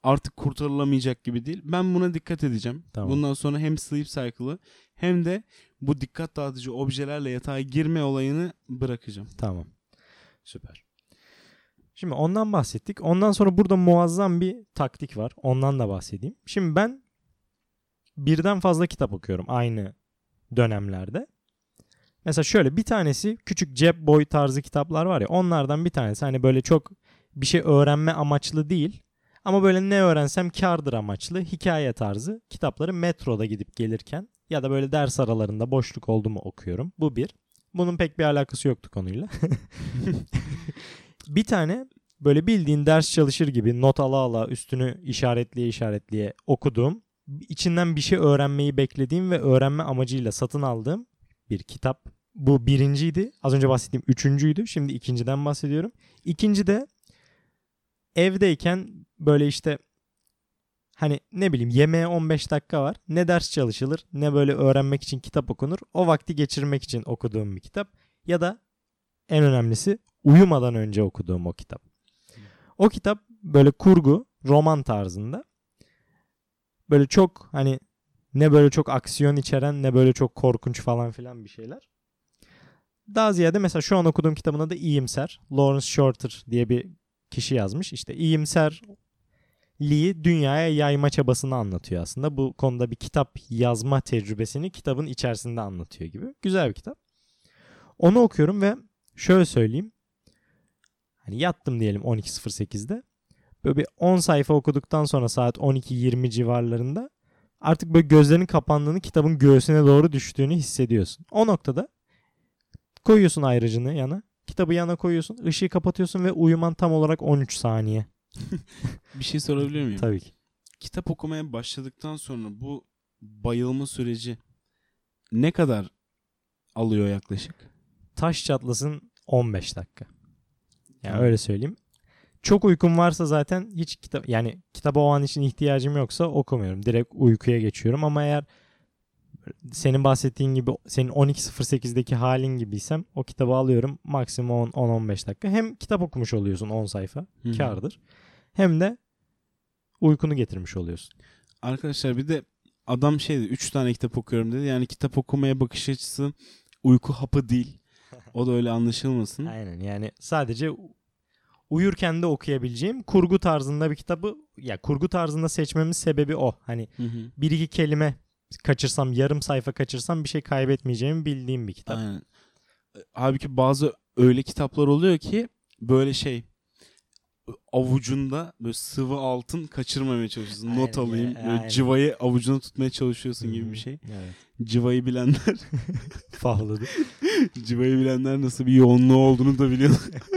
artık kurtarılamayacak gibi değil. Ben buna dikkat edeceğim. Tamam. Bundan sonra hem sleep cycle'ı hem de bu dikkat dağıtıcı objelerle yatağa girme olayını bırakacağım. Tamam. Süper. Şimdi ondan bahsettik. Ondan sonra burada muazzam bir taktik var. Ondan da bahsedeyim. Şimdi ben birden fazla kitap okuyorum aynı dönemlerde. Mesela şöyle bir tanesi küçük cep boy tarzı kitaplar var ya, onlardan bir tanesi hani böyle çok bir şey öğrenme amaçlı değil ama böyle ne öğrensem kârdır amaçlı hikaye tarzı kitapları metroda gidip gelirken ya da böyle ders aralarında boşluk oldu mu okuyorum. Bu bir. Bunun pek bir alakası yoktu konuyla. Bir tane böyle bildiğin ders çalışır gibi not ala ala üstünü işaretleye okuduğum, içinden bir şey öğrenmeyi beklediğim ve öğrenme amacıyla satın aldığım bir kitap. Bu birinciydi. Az önce bahsettiğim üçüncüydü. Şimdi ikinciden bahsediyorum. İkinci de evdeyken böyle işte hani ne bileyim yemeğe 15 dakika var. Ne ders çalışılır ne böyle öğrenmek için kitap okunur. O vakti geçirmek için okuduğum bir kitap. Ya da en önemlisi uyumadan önce okuduğum o kitap. O kitap böyle kurgu, roman tarzında. Böyle çok hani ne böyle çok aksiyon içeren ne böyle çok korkunç falan filan bir şeyler. Daha ziyade mesela şu an okuduğum kitabın adı İyimser. Lawrence Shorter diye bir kişi yazmış. İşte iyimserliği dünyaya yayma çabasını anlatıyor aslında. Bu konuda bir kitap yazma tecrübesini kitabın içerisinde anlatıyor gibi. Güzel bir kitap. Onu okuyorum ve şöyle söyleyeyim. Hani yattım diyelim 12.08'de. Böyle bir 10 sayfa okuduktan sonra saat 12.20 civarlarında artık böyle gözlerinin kapandığını, kitabın göğsüne doğru düştüğünü hissediyorsun. O noktada koyuyorsun ayracını yana. Kitabı yana koyuyorsun. Işığı kapatıyorsun ve uyuman tam olarak 13 saniye. Bir şey sorabilir miyim? Tabii ki. Kitap okumaya başladıktan sonra bu bayılma süreci ne kadar alıyor yaklaşık? Taş çatlasın 15 dakika. Yani öyle söyleyeyim. Çok uykum varsa zaten hiç kitaba o an için ihtiyacım yoksa okumuyorum. Direkt uykuya geçiyorum ama eğer senin bahsettiğin gibi senin 12.08'deki halin gibiysem o kitabı alıyorum maksimum 10-15 dakika. Hem kitap okumuş oluyorsun 10 sayfa. Kârdır. Hem de uykunu getirmiş oluyorsun. Arkadaşlar bir de adam 3 tane kitap okuyorum dedi. Yani kitap okumaya bakış açısı uyku hapı değil. O da öyle anlaşılmasın. Aynen, yani sadece uyurken de okuyabileceğim kurgu tarzında bir kitabı, ya kurgu tarzında seçmemin sebebi o. Hani bir iki kelime kaçırsam, yarım sayfa kaçırsam bir şey kaybetmeyeceğimi bildiğim bir kitap. Aynen. Halbuki bazı öyle kitaplar oluyor ki böyle avucunda böyle sıvı altın kaçırmamaya çalışıyorsun. Aynen, Not alayım. Böyle aynen. cıvayı avucuna tutmaya çalışıyorsun gibi bir şey. Evet. Cıvayı bilenler Fahladı. cıvayı bilenler nasıl bir yoğunluğu olduğunu da biliyor.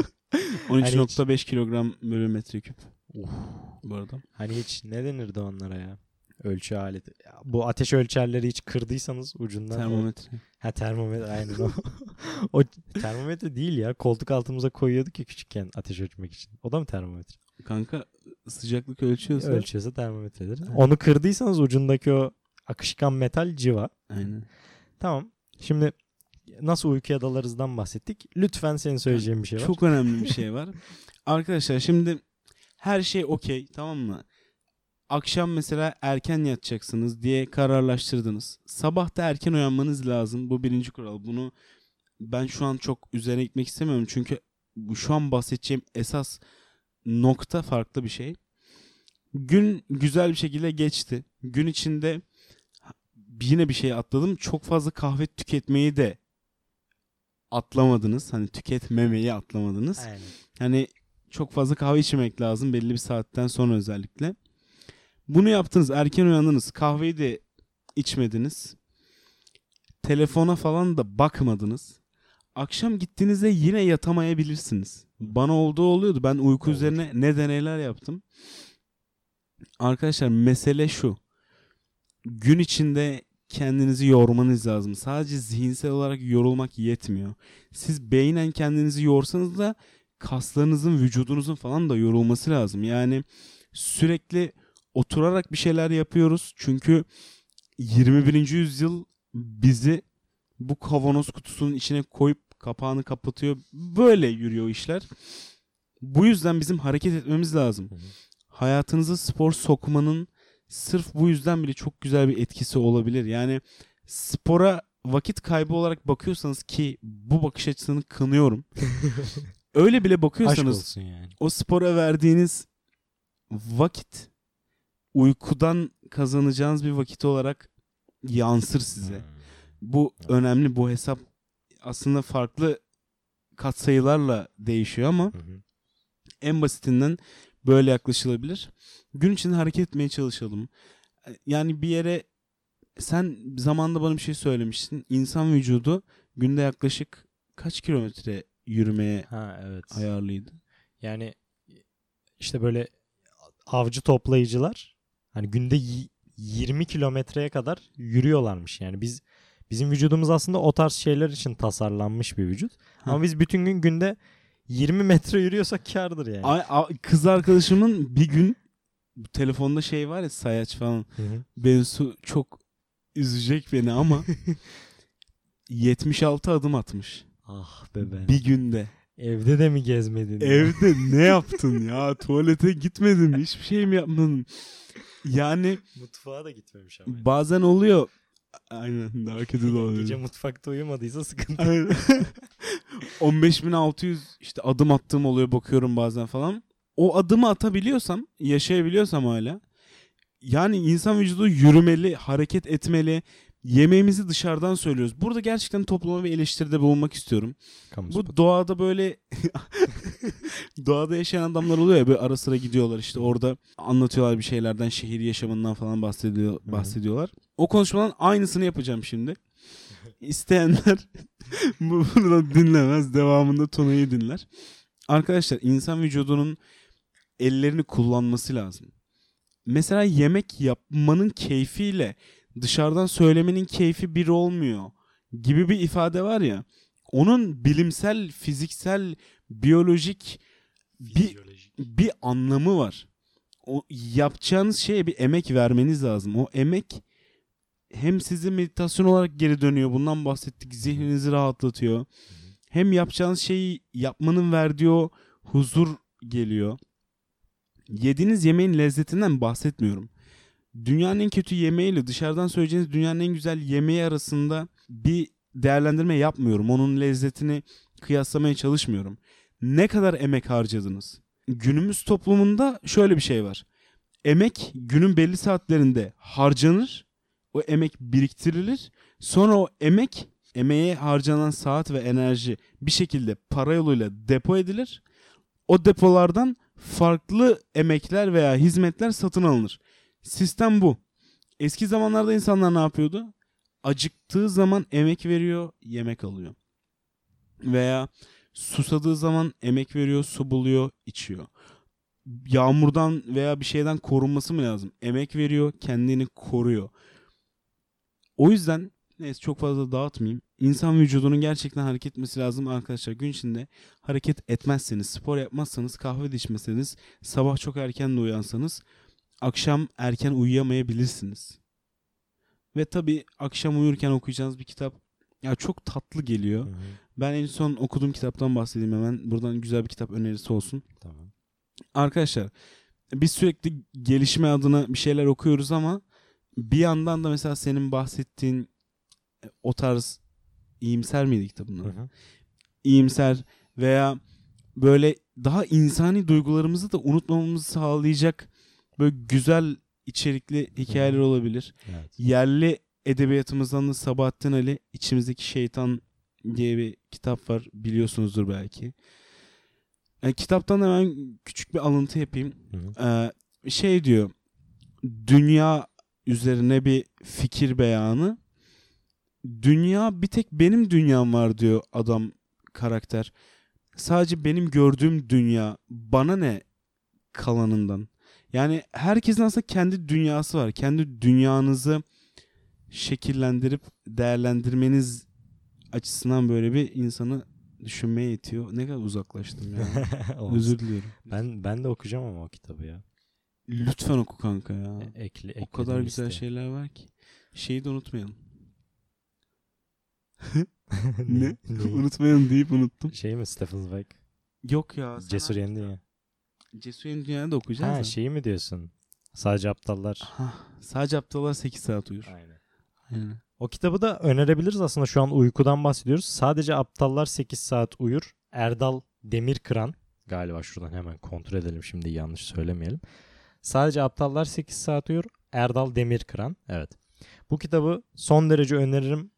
13.5 kilogram bölü metreküp. Bu arada. Hani hiç ne denirdi onlara ya? Ölçü aleti. Ya, bu ateş ölçerleri hiç kırdıysanız ucundan. Termometre. Termometre aynen o. O termometre değil ya. Koltuk altımıza koyuyorduk ya küçükken ateş ölçmek için. O da mı termometre? Kanka sıcaklık ölçüyorsa. Ölçüyorsa termometredir. Onu kırdıysanız ucundaki o akışkan metal civa. Aynen. Tamam. Şimdi nasıl uykuya dalarızdan bahsettik. Lütfen senin söyleyeceğin bir şey var. Çok önemli bir şey var. Arkadaşlar şimdi her şey okey, tamam mı? Akşam mesela erken yatacaksınız diye kararlaştırdınız. Sabah da erken uyanmanız lazım. Bu birinci kural. Bunu ben şu an çok üzerine gitmek istemiyorum. Çünkü şu an bahsedeceğim esas nokta farklı bir şey. Gün güzel bir şekilde geçti. Gün içinde yine bir şey atladım. Çok fazla kahve tüketmeyi de atlamadınız. Hani tüketmemeyi atlamadınız. Aynen. Hani çok fazla kahve içmek lazım belli bir saatten sonra özellikle. Bunu yaptınız, erken uyandınız, kahveyi de içmediniz. Telefona falan da bakmadınız. Akşam gittiğinizde yine yatamayabilirsiniz. Bana olduğu oluyordu. Ben uyku üzerine ne deneyler yaptım. Arkadaşlar mesele şu. Gün içinde kendinizi yormanız lazım. Sadece zihinsel olarak yorulmak yetmiyor. Siz beynen kendinizi yorsanız da kaslarınızın, vücudunuzun falan da yorulması lazım. Yani sürekli oturarak bir şeyler yapıyoruz. Çünkü 21. yüzyıl bizi bu kavanoz kutusunun içine koyup kapağını kapatıyor. Böyle yürüyor işler. Bu yüzden bizim hareket etmemiz lazım. hayatınıza spor sokmanın sırf bu yüzden bile çok güzel bir etkisi olabilir. Yani spora vakit kaybı olarak bakıyorsanız, ki bu bakış açısını kınıyorum. Öyle bile Aşk bakıyorsanız olsun yani. o spora verdiğiniz vakit uykudan kazanacağınız bir vakit olarak yansır size. Bu önemli. Bu hesap aslında farklı katsayılarla değişiyor ama en basitinden böyle yaklaşılabilir. Gün içinde hareket etmeye çalışalım. Yani bir yere, sen zamanında bana bir şey söylemiştin. İnsan vücudu günde yaklaşık kaç kilometre yürümeye Evet. ayarlıydı? Yani işte böyle avcı toplayıcılar hani günde 20 kilometreye kadar yürüyorlarmış. Yani bizim vücudumuz aslında o tarz şeyler için tasarlanmış bir vücut. Ama biz bütün gün günde 20 metre yürüyorsak kârdır yani. Kız arkadaşımın bir gün telefonda şey var ya, sayaç falan. Bensu çok üzecek beni ama 76 adım atmış. Ah be ben. Bir günde. Evde de mi gezmedin? Evde ne yaptın ya? Tuvalete gitmedin mi? Hiçbir şey mi yapmadın? Yani Mutfağa da gitmemiş ama. bazen oluyor. Aynen, daha kötü de oluyor. Gece mutfakta uyumadıysa sıkıntı. 15.600 işte adım attığım oluyor, bakıyorum bazen falan. O adımı atabiliyorsam, yaşayabiliyorsam hala, yani insan vücudu yürümeli, hareket etmeli. Yemeğimizi dışarıdan söylüyoruz. Burada gerçekten topluma bir eleştiride bulunmak istiyorum. Bu doğada böyle doğada yaşayan adamlar oluyor ya, böyle ara sıra gidiyorlar işte, orada anlatıyorlar bir şeylerden, şehir yaşamından falan bahsediyorlar. O konuşmaların aynısını yapacağım şimdi. İsteyenler bunu dinlemez, devamında Tuna'yı dinler. Arkadaşlar, insan vücudunun ellerini kullanması lazım. Mesela yemek yapmanın keyfiyle dışarıdan söylemenin keyfi bir olmuyor gibi bir ifade var ya. Onun bilimsel, fiziksel, biyolojik bir anlamı var. O yapacağınız şeye bir emek vermeniz lazım. O emek hem sizi meditasyon olarak geri dönüyor. Bundan bahsettik. Zihninizi rahatlatıyor. Hem yapacağınız şeyi yapmanın verdiği o huzur geliyor. Yediğiniz yemeğin lezzetinden bahsetmiyorum. Dünyanın en kötü yemeğiyle dışarıdan söyleyeceğiniz dünyanın en güzel yemeği arasında bir değerlendirme yapmıyorum. Onun lezzetini kıyaslamaya çalışmıyorum. Ne kadar emek harcadınız? Günümüz toplumunda şöyle bir şey var. Emek günün belli saatlerinde harcanır. O emek biriktirilir. Sonra o emeğe harcanan saat ve enerji bir şekilde para yoluyla depo edilir. O depolardan farklı emekler veya hizmetler satın alınır. Sistem bu. Eski zamanlarda insanlar ne yapıyordu? Acıktığı zaman emek veriyor, yemek alıyor. Veya susadığı zaman emek veriyor, su buluyor, içiyor. Yağmurdan veya bir şeyden korunması mı lazım? Emek veriyor, kendini koruyor. O yüzden neyse, çok fazla dağıtmayayım. İnsan vücudunun gerçekten hareket etmesi lazım arkadaşlar. Gün içinde hareket etmezseniz, spor yapmazsanız, kahve de içmeseniz, sabah çok erken de uyansanız, akşam erken uyuyamayabilirsiniz. Ve tabii akşam uyurken okuyacağınız bir kitap ya çok tatlı geliyor. Ben en son okuduğum kitaptan bahsedeyim hemen. Buradan güzel bir kitap önerisi olsun. Tamam. Arkadaşlar, biz sürekli gelişme adına bir şeyler okuyoruz ama bir yandan da mesela senin bahsettiğin o tarz iyimser miydi kitabın adı? İyimser veya böyle daha insani duygularımızı da unutmamamızı sağlayacak böyle güzel içerikli hikayeler olabilir. Evet. Yerli edebiyatımızdan da Sabahattin Ali İçimizdeki Şeytan diye bir kitap var. Biliyorsunuzdur belki. Kitaptan hemen küçük bir alıntı yapayım. Şey diyor. Dünya üzerine bir fikir beyanı. Dünya bir tek benim dünyam var diyor adam, karakter. Sadece benim gördüğüm dünya. Bana ne kalanından? Yani herkesin aslında kendi dünyası var. Kendi dünyanızı şekillendirip değerlendirmeniz açısından böyle bir insanı düşünmeye itiyor. Ne kadar uzaklaştım ya. Özür diliyorum. Ben de okuyacağım ama o kitabı ya. Lütfen oku kanka ya. O kadar güzel listeye. şeyler var ki. Şeyi de unutmayalım. Ne? Unutmayalım deyip unuttum. Şey mi, Stephen Zweig? Yok ya. Cesur Yendi ya. Cesu'nun dünyada okuyacağız Ha da. şeyi mi diyorsun? Sadece aptallar. Sadece aptallar 8 saat uyur. Aynen. Aynen. O kitabı da önerebiliriz aslında, şu an uykudan bahsediyoruz. Sadece aptallar 8 saat uyur. Erdal Demirkıran. Galiba şuradan hemen kontrol edelim, şimdi yanlış söylemeyelim. Sadece aptallar 8 saat uyur. Erdal Demirkıran. Evet. Bu kitabı son derece öneririm.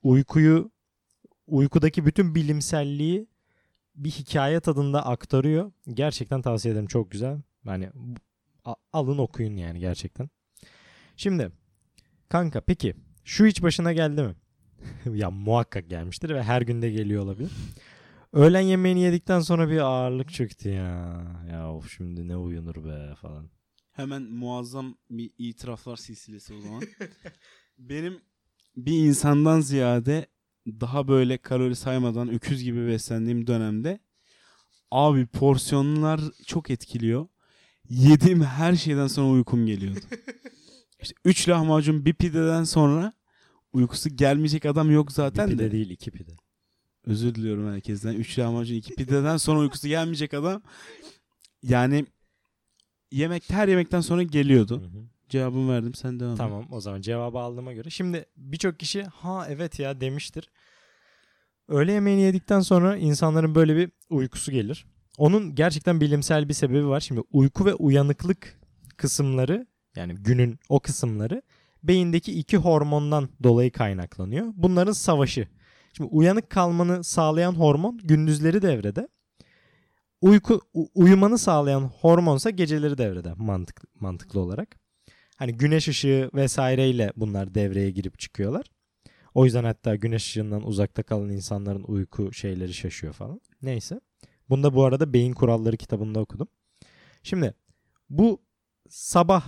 Uykudaki bütün bilimselliği bir hikaye tadında aktarıyor. Gerçekten tavsiye ederim. Çok güzel. Yani alın okuyun yani gerçekten. Şimdi kanka peki şu hiç başına geldi mi? Ya muhakkak gelmiştir ve her günde geliyor olabilir. Öğlen yemeğini yedikten sonra bir ağırlık çöktü ya. Ya of, şimdi ne uyunur be falan. Hemen muazzam bir itiraflar silsilesi o zaman. Benim bir insandan ziyade daha böyle kalori saymadan öküz gibi beslendiğim dönemde abi porsiyonlar çok etkiliyor. Yediğim her şeyden sonra uykum geliyordu. İşte 3 lahmacun bir pideden sonra uykusu gelmeyecek adam yok zaten Bir pide de. değil, 2 pide. Özür diliyorum herkesten. 3 lahmacun 2 pideden sonra uykusu gelmeyecek adam. Yani her yemekten sonra geliyordu. Hı hı. Cevabımı verdim, sen devam et. Tamam, o zaman cevabı aldığıma göre. Şimdi birçok kişi ha evet ya demiştir. Öğle yemeğini yedikten sonra insanların böyle bir uykusu gelir. Onun gerçekten bilimsel bir sebebi var. Şimdi uyku ve uyanıklık kısımları, yani günün o kısımları beyindeki iki hormondan dolayı kaynaklanıyor. Bunların savaşı. Şimdi uyanık kalmanı sağlayan hormon gündüzleri devrede. Uyumanı sağlayan hormonsa geceleri devrede, mantıklı olarak. Hani güneş ışığı vesaireyle bunlar devreye girip çıkıyorlar. O yüzden hatta güneş ışığından uzakta kalan insanların uyku şeyleri şaşıyor falan. Neyse. Bunu da bu arada Beyin Kuralları kitabında okudum. Şimdi bu sabah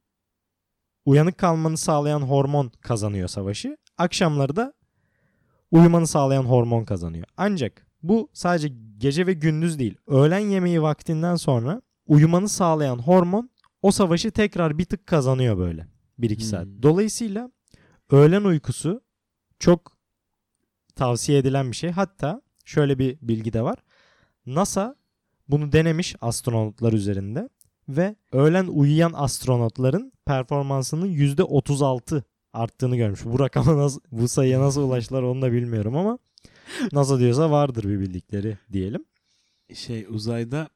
uyanık kalmanı sağlayan hormon kazanıyor savaşı. Akşamları da uyumanı sağlayan hormon kazanıyor. Ancak bu sadece gece ve gündüz değil. Öğlen yemeği vaktinden sonra uyumanı sağlayan hormon o savaşı tekrar bir tık kazanıyor böyle. 1-2 saat. Dolayısıyla öğlen uykusu çok tavsiye edilen bir şey. Hatta şöyle bir bilgi de var. NASA bunu denemiş astronotlar üzerinde ve öğlen uyuyan astronotların performansının %36 arttığını görmüş. Bu rakama bu sayıya nasıl ulaştılar onu da bilmiyorum ama NASA diyorsa vardır bir bildikleri diyelim. Uzayda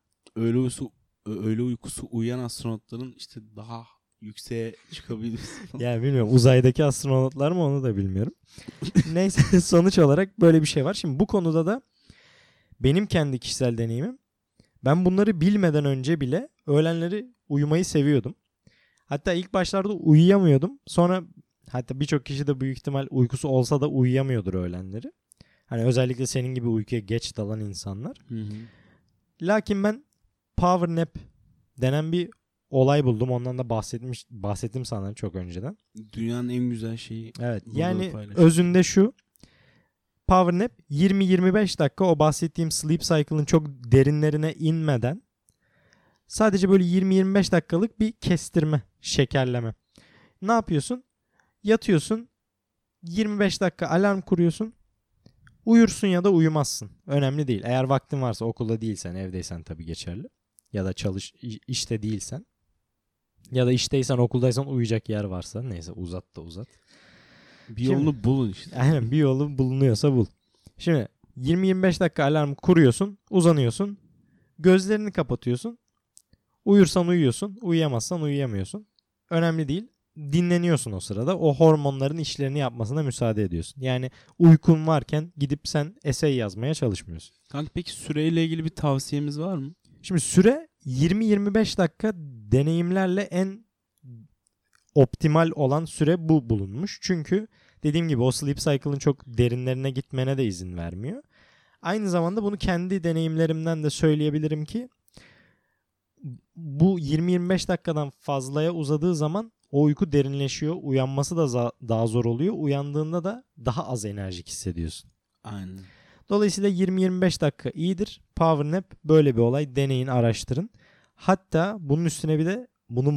öğle uykusu uyuyan astronotların işte daha yükseğe çıkabiliriz. Yani bilmiyorum, uzaydaki astronotlar mı onu da bilmiyorum. Neyse, sonuç olarak böyle bir şey var. Şimdi bu konuda da benim kendi kişisel deneyimim. Ben bunları bilmeden önce bile öğlenleri uyumayı seviyordum. Hatta ilk başlarda uyuyamıyordum. Sonra hatta birçok kişi de büyük ihtimal uykusu olsa da uyuyamıyordur öğlenleri. Hani özellikle senin gibi uykuya geç dalan insanlar. Hı. Lakin ben power nap denen bir olay buldum. Ondan da bahsettim sanırım çok önceden. Dünyanın en güzel şeyi. Evet. Burada Yani paylaştım. özünde şu. Power nap 20-25 dakika o bahsettiğim sleep cycle'ın çok derinlerine inmeden sadece böyle 20-25 dakikalık bir kestirme, şekerleme. Ne yapıyorsun? Yatıyorsun. 25 dakika alarm kuruyorsun. Uyursun ya da uyumazsın. Önemli değil. Eğer vaktin varsa, okulda değilsen, evdeysen tabii geçerli. Ya da işte değilsen. Ya da işteysen, okuldaysan, uyuyacak yer varsa. Neyse, uzat. Bir yolunu bulun işte. Aynen, bir yolu bulunuyorsa bul. Şimdi 20-25 dakika alarm kuruyorsun. Uzanıyorsun. Gözlerini kapatıyorsun. Uyursan uyuyorsun. Uyuyamazsan uyuyamıyorsun. Önemli değil. Dinleniyorsun o sırada. O hormonların işlerini yapmasına müsaade ediyorsun. Yani uykun varken gidip sen essay yazmaya çalışmıyorsun. Kanka peki süreyle ilgili bir tavsiyemiz var mı? Şimdi süre 20-25 dakika deneyimlerle en optimal olan süre bu bulunmuş. Çünkü dediğim gibi o sleep cycle'ın çok derinlerine gitmene de izin vermiyor. Aynı zamanda bunu kendi deneyimlerimden de söyleyebilirim ki bu 20-25 dakikadan fazlaya uzadığı zaman o uyku derinleşiyor. Uyanması da daha zor oluyor. Uyandığında da daha az enerjik hissediyorsun. Aynen. Dolayısıyla 20-25 dakika iyidir. Power nap böyle bir olay. Deneyin, araştırın. Hatta bunun üstüne bir de bunun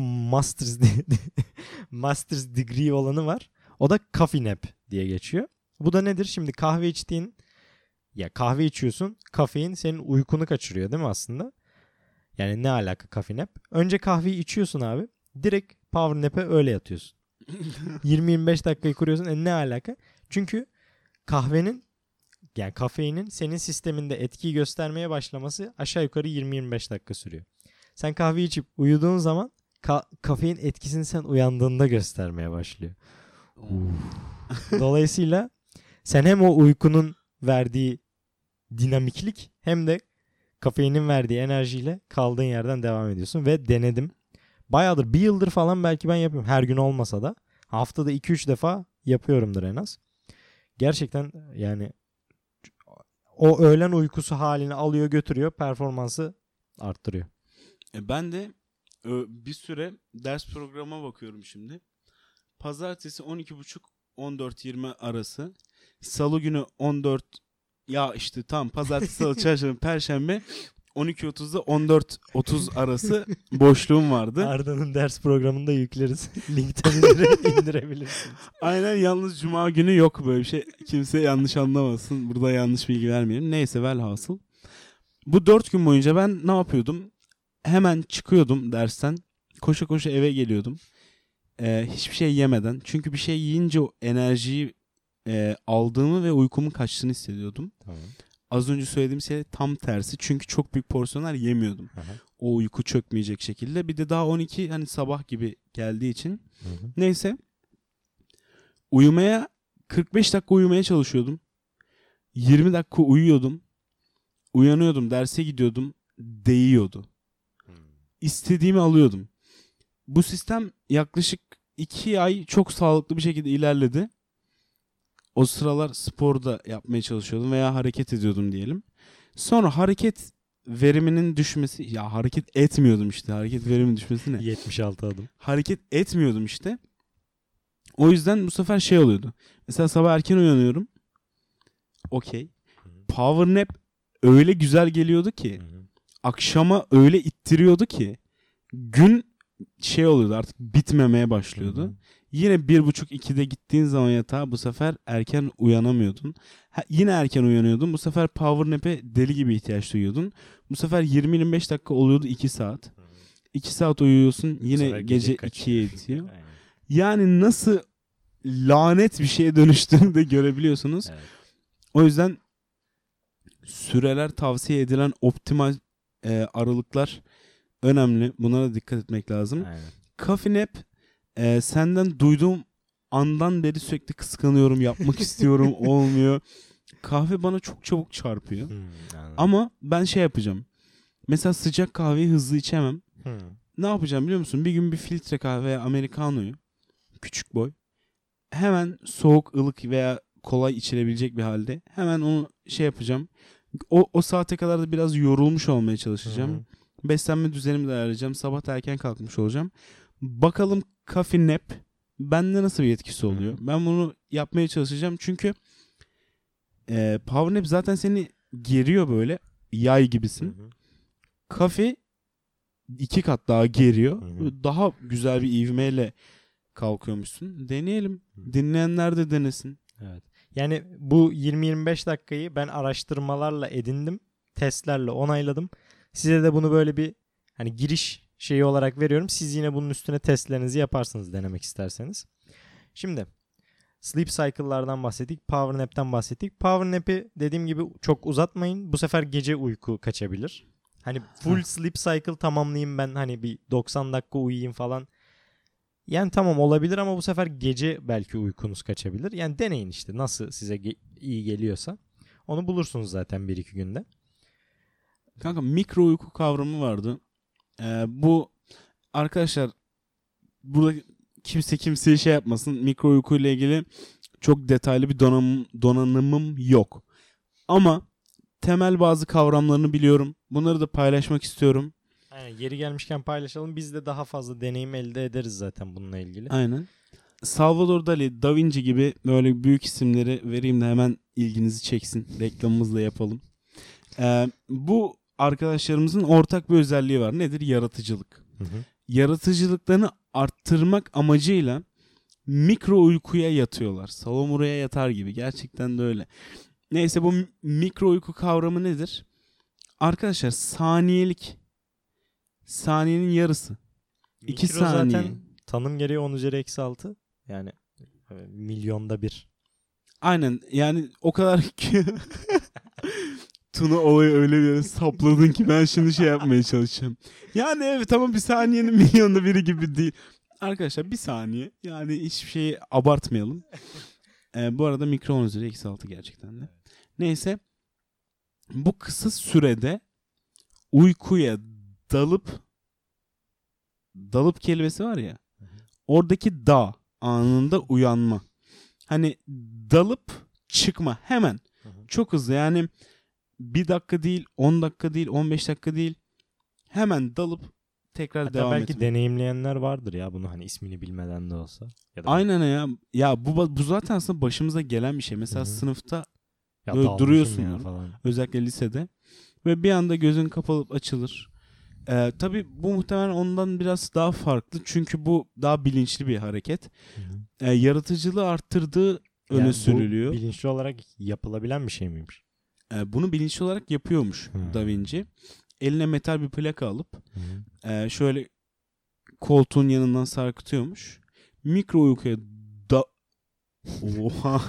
master's degree olanı var. O da coffee nap diye geçiyor. Bu da nedir? Şimdi kahve içiyorsun. Kafein senin uykunu kaçırıyor değil mi aslında? Yani ne alaka coffee nap? Önce kahveyi içiyorsun abi. Direkt power nap'e öyle yatıyorsun. 20-25 dakikayı kuruyorsun. Ne alaka? Çünkü kahvenin yani kafeinin senin sisteminde etkiyi göstermeye başlaması aşağı yukarı 20-25 dakika sürüyor. Sen kahve içip uyuduğun zaman kafein etkisini sen uyandığında göstermeye başlıyor. Dolayısıyla sen hem o uykunun verdiği dinamiklik hem de kafeinin verdiği enerjiyle kaldığın yerden devam ediyorsun ve denedim. Bayağıdır, bir yıldır falan belki ben yapıyorum. Her gün olmasa da haftada 2-3 defa yapıyorumdur en az. Gerçekten yani o öğlen uykusu halini alıyor götürüyor, performansı arttırıyor. Ben de bir süre ders programıma bakıyorum şimdi. Pazartesi 12.30-14.20 arası. Salı günü 14 ya işte tam pazartesi, salı, çarşamba, perşembe 12.30'da 14.30 arası boşluğum vardı. Arda'nın ders programını da yükleriz. Linkten indirebilirsiniz. Aynen, yalnız cuma günü yok böyle bir şey. Kimse yanlış anlamasın. Burada yanlış bilgi vermeyelim. Neyse, velhasıl. Bu 4 gün boyunca ben ne yapıyordum? Hemen çıkıyordum dersten. Koşa koşa eve geliyordum. Hiçbir şey yemeden. Çünkü bir şey yiyince o enerjiyi aldığımı ve uykumun kaçtığını hissediyordum. Tamam. Az önce söylediğim şey tam tersi. Çünkü çok büyük porsiyonlar yemiyordum. Aha. O uyku çökmeyecek şekilde. Bir de daha 12 hani sabah gibi geldiği için. Hı. Neyse. Uyumaya 45 dakika uyumaya çalışıyordum. 20 dakika uyuyordum. Uyanıyordum, derse gidiyordum. Değiyordu. İstediğimi alıyordum. Bu sistem yaklaşık 2 ay çok sağlıklı bir şekilde ilerledi. O sıralar sporda yapmaya çalışıyordum veya hareket ediyordum diyelim. Sonra hareket veriminin düşmesi, ya hareket etmiyordum işte. Hareket veriminin düşmesi ne? 76 adım. Hareket etmiyordum işte. O yüzden bu sefer şey oluyordu. Mesela sabah erken uyanıyorum. Okey. Power nap öyle güzel geliyordu ki. Akşama öyle ittiriyordu ki. Gün şey oluyordu, artık bitmemeye başlıyordu. Yine 1.30-2'de gittiğin zaman yatağa bu sefer erken uyanamıyordun. Yine erken uyanıyordun. Bu sefer power nap'e deli gibi ihtiyaç duyuyordun. Bu sefer 20-25 dakika oluyordu 2 saat. 2 saat uyuyorsun, yine gece 2'ye itiyor. Yani nasıl lanet bir şeye dönüştüğünü de görebiliyorsunuz. Evet. O yüzden süreler, tavsiye edilen optimal aralıklar önemli. Bunlara dikkat etmek lazım. Aynen. Coffee nap senden duyduğum andan beri sürekli kıskanıyorum, yapmak istiyorum, olmuyor. Kahve bana çok çabuk çarpıyor. Ama ben şey yapacağım. Mesela sıcak kahveyi hızlı içemem. Ne yapacağım biliyor musun? Bir gün bir filtre kahve veya americano'yu, küçük boy, hemen soğuk, ılık veya kolay içilebilecek bir halde hemen onu şey yapacağım. O saate kadar da biraz yorulmuş olmaya çalışacağım. Beslenme düzenimi de ayarlayacağım. Sabah da erken kalkmış olacağım. Bakalım coffee nap bende nasıl bir etkisi oluyor. Ben bunu yapmaya çalışacağım. Çünkü power nap zaten seni geriyor böyle. Yay gibisin. Coffee 2 kat daha geriyor. Daha güzel bir ivmeyle kalkıyormuşsun. Deneyelim. Dinleyenler de denesin. Evet. Yani bu 20-25 dakikayı ben araştırmalarla edindim. Testlerle onayladım. Size de bunu böyle bir hani giriş şeyi olarak veriyorum. Siz yine bunun üstüne testlerinizi yaparsınız denemek isterseniz. Şimdi sleep cycle'lardan bahsettik. Power nap'ten bahsettik. Power nap'i dediğim gibi çok uzatmayın. Bu sefer gece uyku kaçabilir. Hani full sleep cycle tamamlayayım ben, hani bir 90 dakika uyuyayım falan. Yani tamam olabilir ama bu sefer gece belki uykunuz kaçabilir. Yani deneyin işte, nasıl size iyi geliyorsa. Onu bulursunuz zaten 1-2 günde. Kanka mikro uyku kavramı vardı. Bu arkadaşlar, burada kimse kimseye şey yapmasın. Mikro uyku ile ilgili çok detaylı bir donanımım yok. Ama temel bazı kavramlarını biliyorum. Bunları da paylaşmak istiyorum. Aynen, yeri gelmişken paylaşalım. Biz de daha fazla deneyim elde ederiz zaten bununla ilgili. Aynen. Salvador Dali, Da Vinci gibi böyle büyük isimleri vereyim de hemen ilginizi çeksin. Reklamımızla yapalım. Bu arkadaşlarımızın ortak bir özelliği var. Nedir? Yaratıcılık. Yaratıcılıklarını arttırmak amacıyla mikro uykuya yatıyorlar. Salamura'ya yatar gibi. Gerçekten de öyle. Neyse, bu mikro uyku kavramı nedir? Arkadaşlar saniyelik saniyenin yarısı. 2 Mikro saniye. zaten tanım gereği 10 üzeri eksi 6. Yani milyonda bir. Aynen yani o kadar ki Tuna olayı öyle bir yere sapladın ki ben şimdi şey yapmaya çalışacağım. Yani evet ama bir saniyenin milyonda biri gibi değil. Arkadaşlar bir saniye yani hiçbir şeyi abartmayalım. Bu arada mikro 10 üzeri eksi 6 gerçekten de. Neyse bu kısa sürede uykuya dalıp kelimesi var ya, oradaki da anında uyanma. Hani dalıp çıkma hemen. Çok hızlı yani 1 dakika değil, 10 dakika değil, 15 dakika değil. Hemen dalıp tekrar Hatta devam belki etme. deneyimleyenler vardır ya bunu hani ismini bilmeden de olsa. Ya da Aynen ya. Ya bu zaten aslında başımıza gelen bir şey. Mesela Hı hı. sınıfta ya böyle dalmışım duruyorsun ya falan. özellikle lisede ve bir anda gözün kapalıp açılır. Tabii bu muhtemelen ondan biraz daha farklı çünkü bu daha bilinçli bir hareket. Yaratıcılığı arttırdığı öne Yani sürülüyor. bu bilinçli olarak yapılabilen bir şey miymiş? Bunu bilinçli olarak yapıyormuş Da Vinci. Eline metal bir plaka alıp şöyle koltuğun yanından sarkıtıyormuş. Mikro uykuya Oha.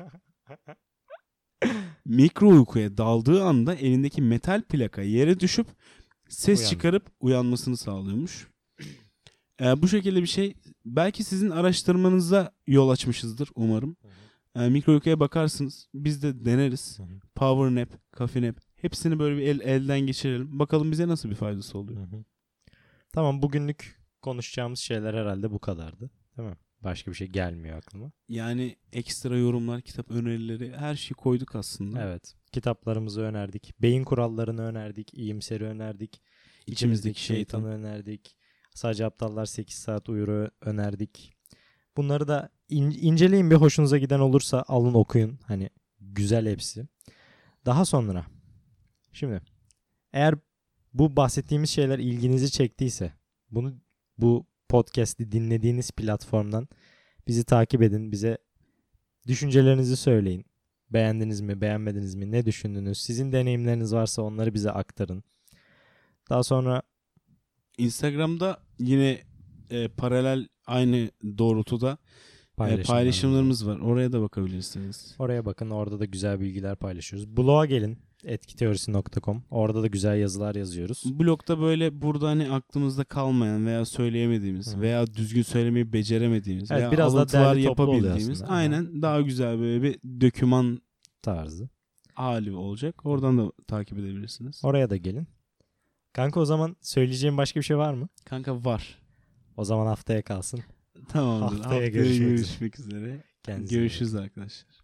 Mikro uykuya daldığı anda elindeki metal plaka yere düşüp ses Uyandı. çıkarıp uyanmasını sağlıyormuş. Bu şekilde bir şey belki sizin araştırmanıza yol açmışızdır umarım. Mikro uykuya bakarsınız. Biz de deneriz. Power nap, coffee nap hepsini böyle bir elden geçirelim. Bakalım bize nasıl bir faydası oluyor. Tamam bugünlük konuşacağımız şeyler herhalde bu kadardı. Değil mi? Başka bir şey gelmiyor aklıma. Yani ekstra yorumlar, kitap önerileri her şeyi koyduk aslında. Evet. Kitaplarımızı önerdik. Beyin kurallarını önerdik. İyimseri önerdik. İçimizdeki şeytanı önerdik. Sadece aptallar 8 saat uyur önerdik. Bunları da inceleyin, bir hoşunuza giden olursa alın okuyun. Hani güzel hepsi. Daha sonra şimdi eğer bu bahsettiğimiz şeyler ilginizi çektiyse bu podcast'i dinlediğiniz platformdan bizi takip edin. Bize düşüncelerinizi söyleyin. Beğendiniz mi, beğenmediniz mi, ne düşündünüz? Sizin deneyimleriniz varsa onları bize aktarın. Daha sonra Instagram'da yine paralel aynı doğrultuda paylaşımlarımız var. Oraya da bakabilirsiniz. Oraya bakın, orada da güzel bilgiler paylaşıyoruz. Blog'a gelin, etkiteorisi.com. Orada da güzel yazılar yazıyoruz. Blogda böyle burada hani aklımızda kalmayan veya söyleyemediğimiz veya düzgün söylemeyi beceremediğimiz Evet, veya biraz daha alıntılar derli toplu oluyor yapabildiğimiz aslında. aynen daha güzel böyle bir döküman Tarzı. hali olacak. Oradan da takip edebilirsiniz. Oraya da gelin. Kanka o zaman söyleyeceğim başka bir şey var mı? Kanka var. O zaman haftaya kalsın. Tamamdır. Haftaya görüşmek üzere. Kendinize iyi bakın. Görüşürüz arkadaşlar.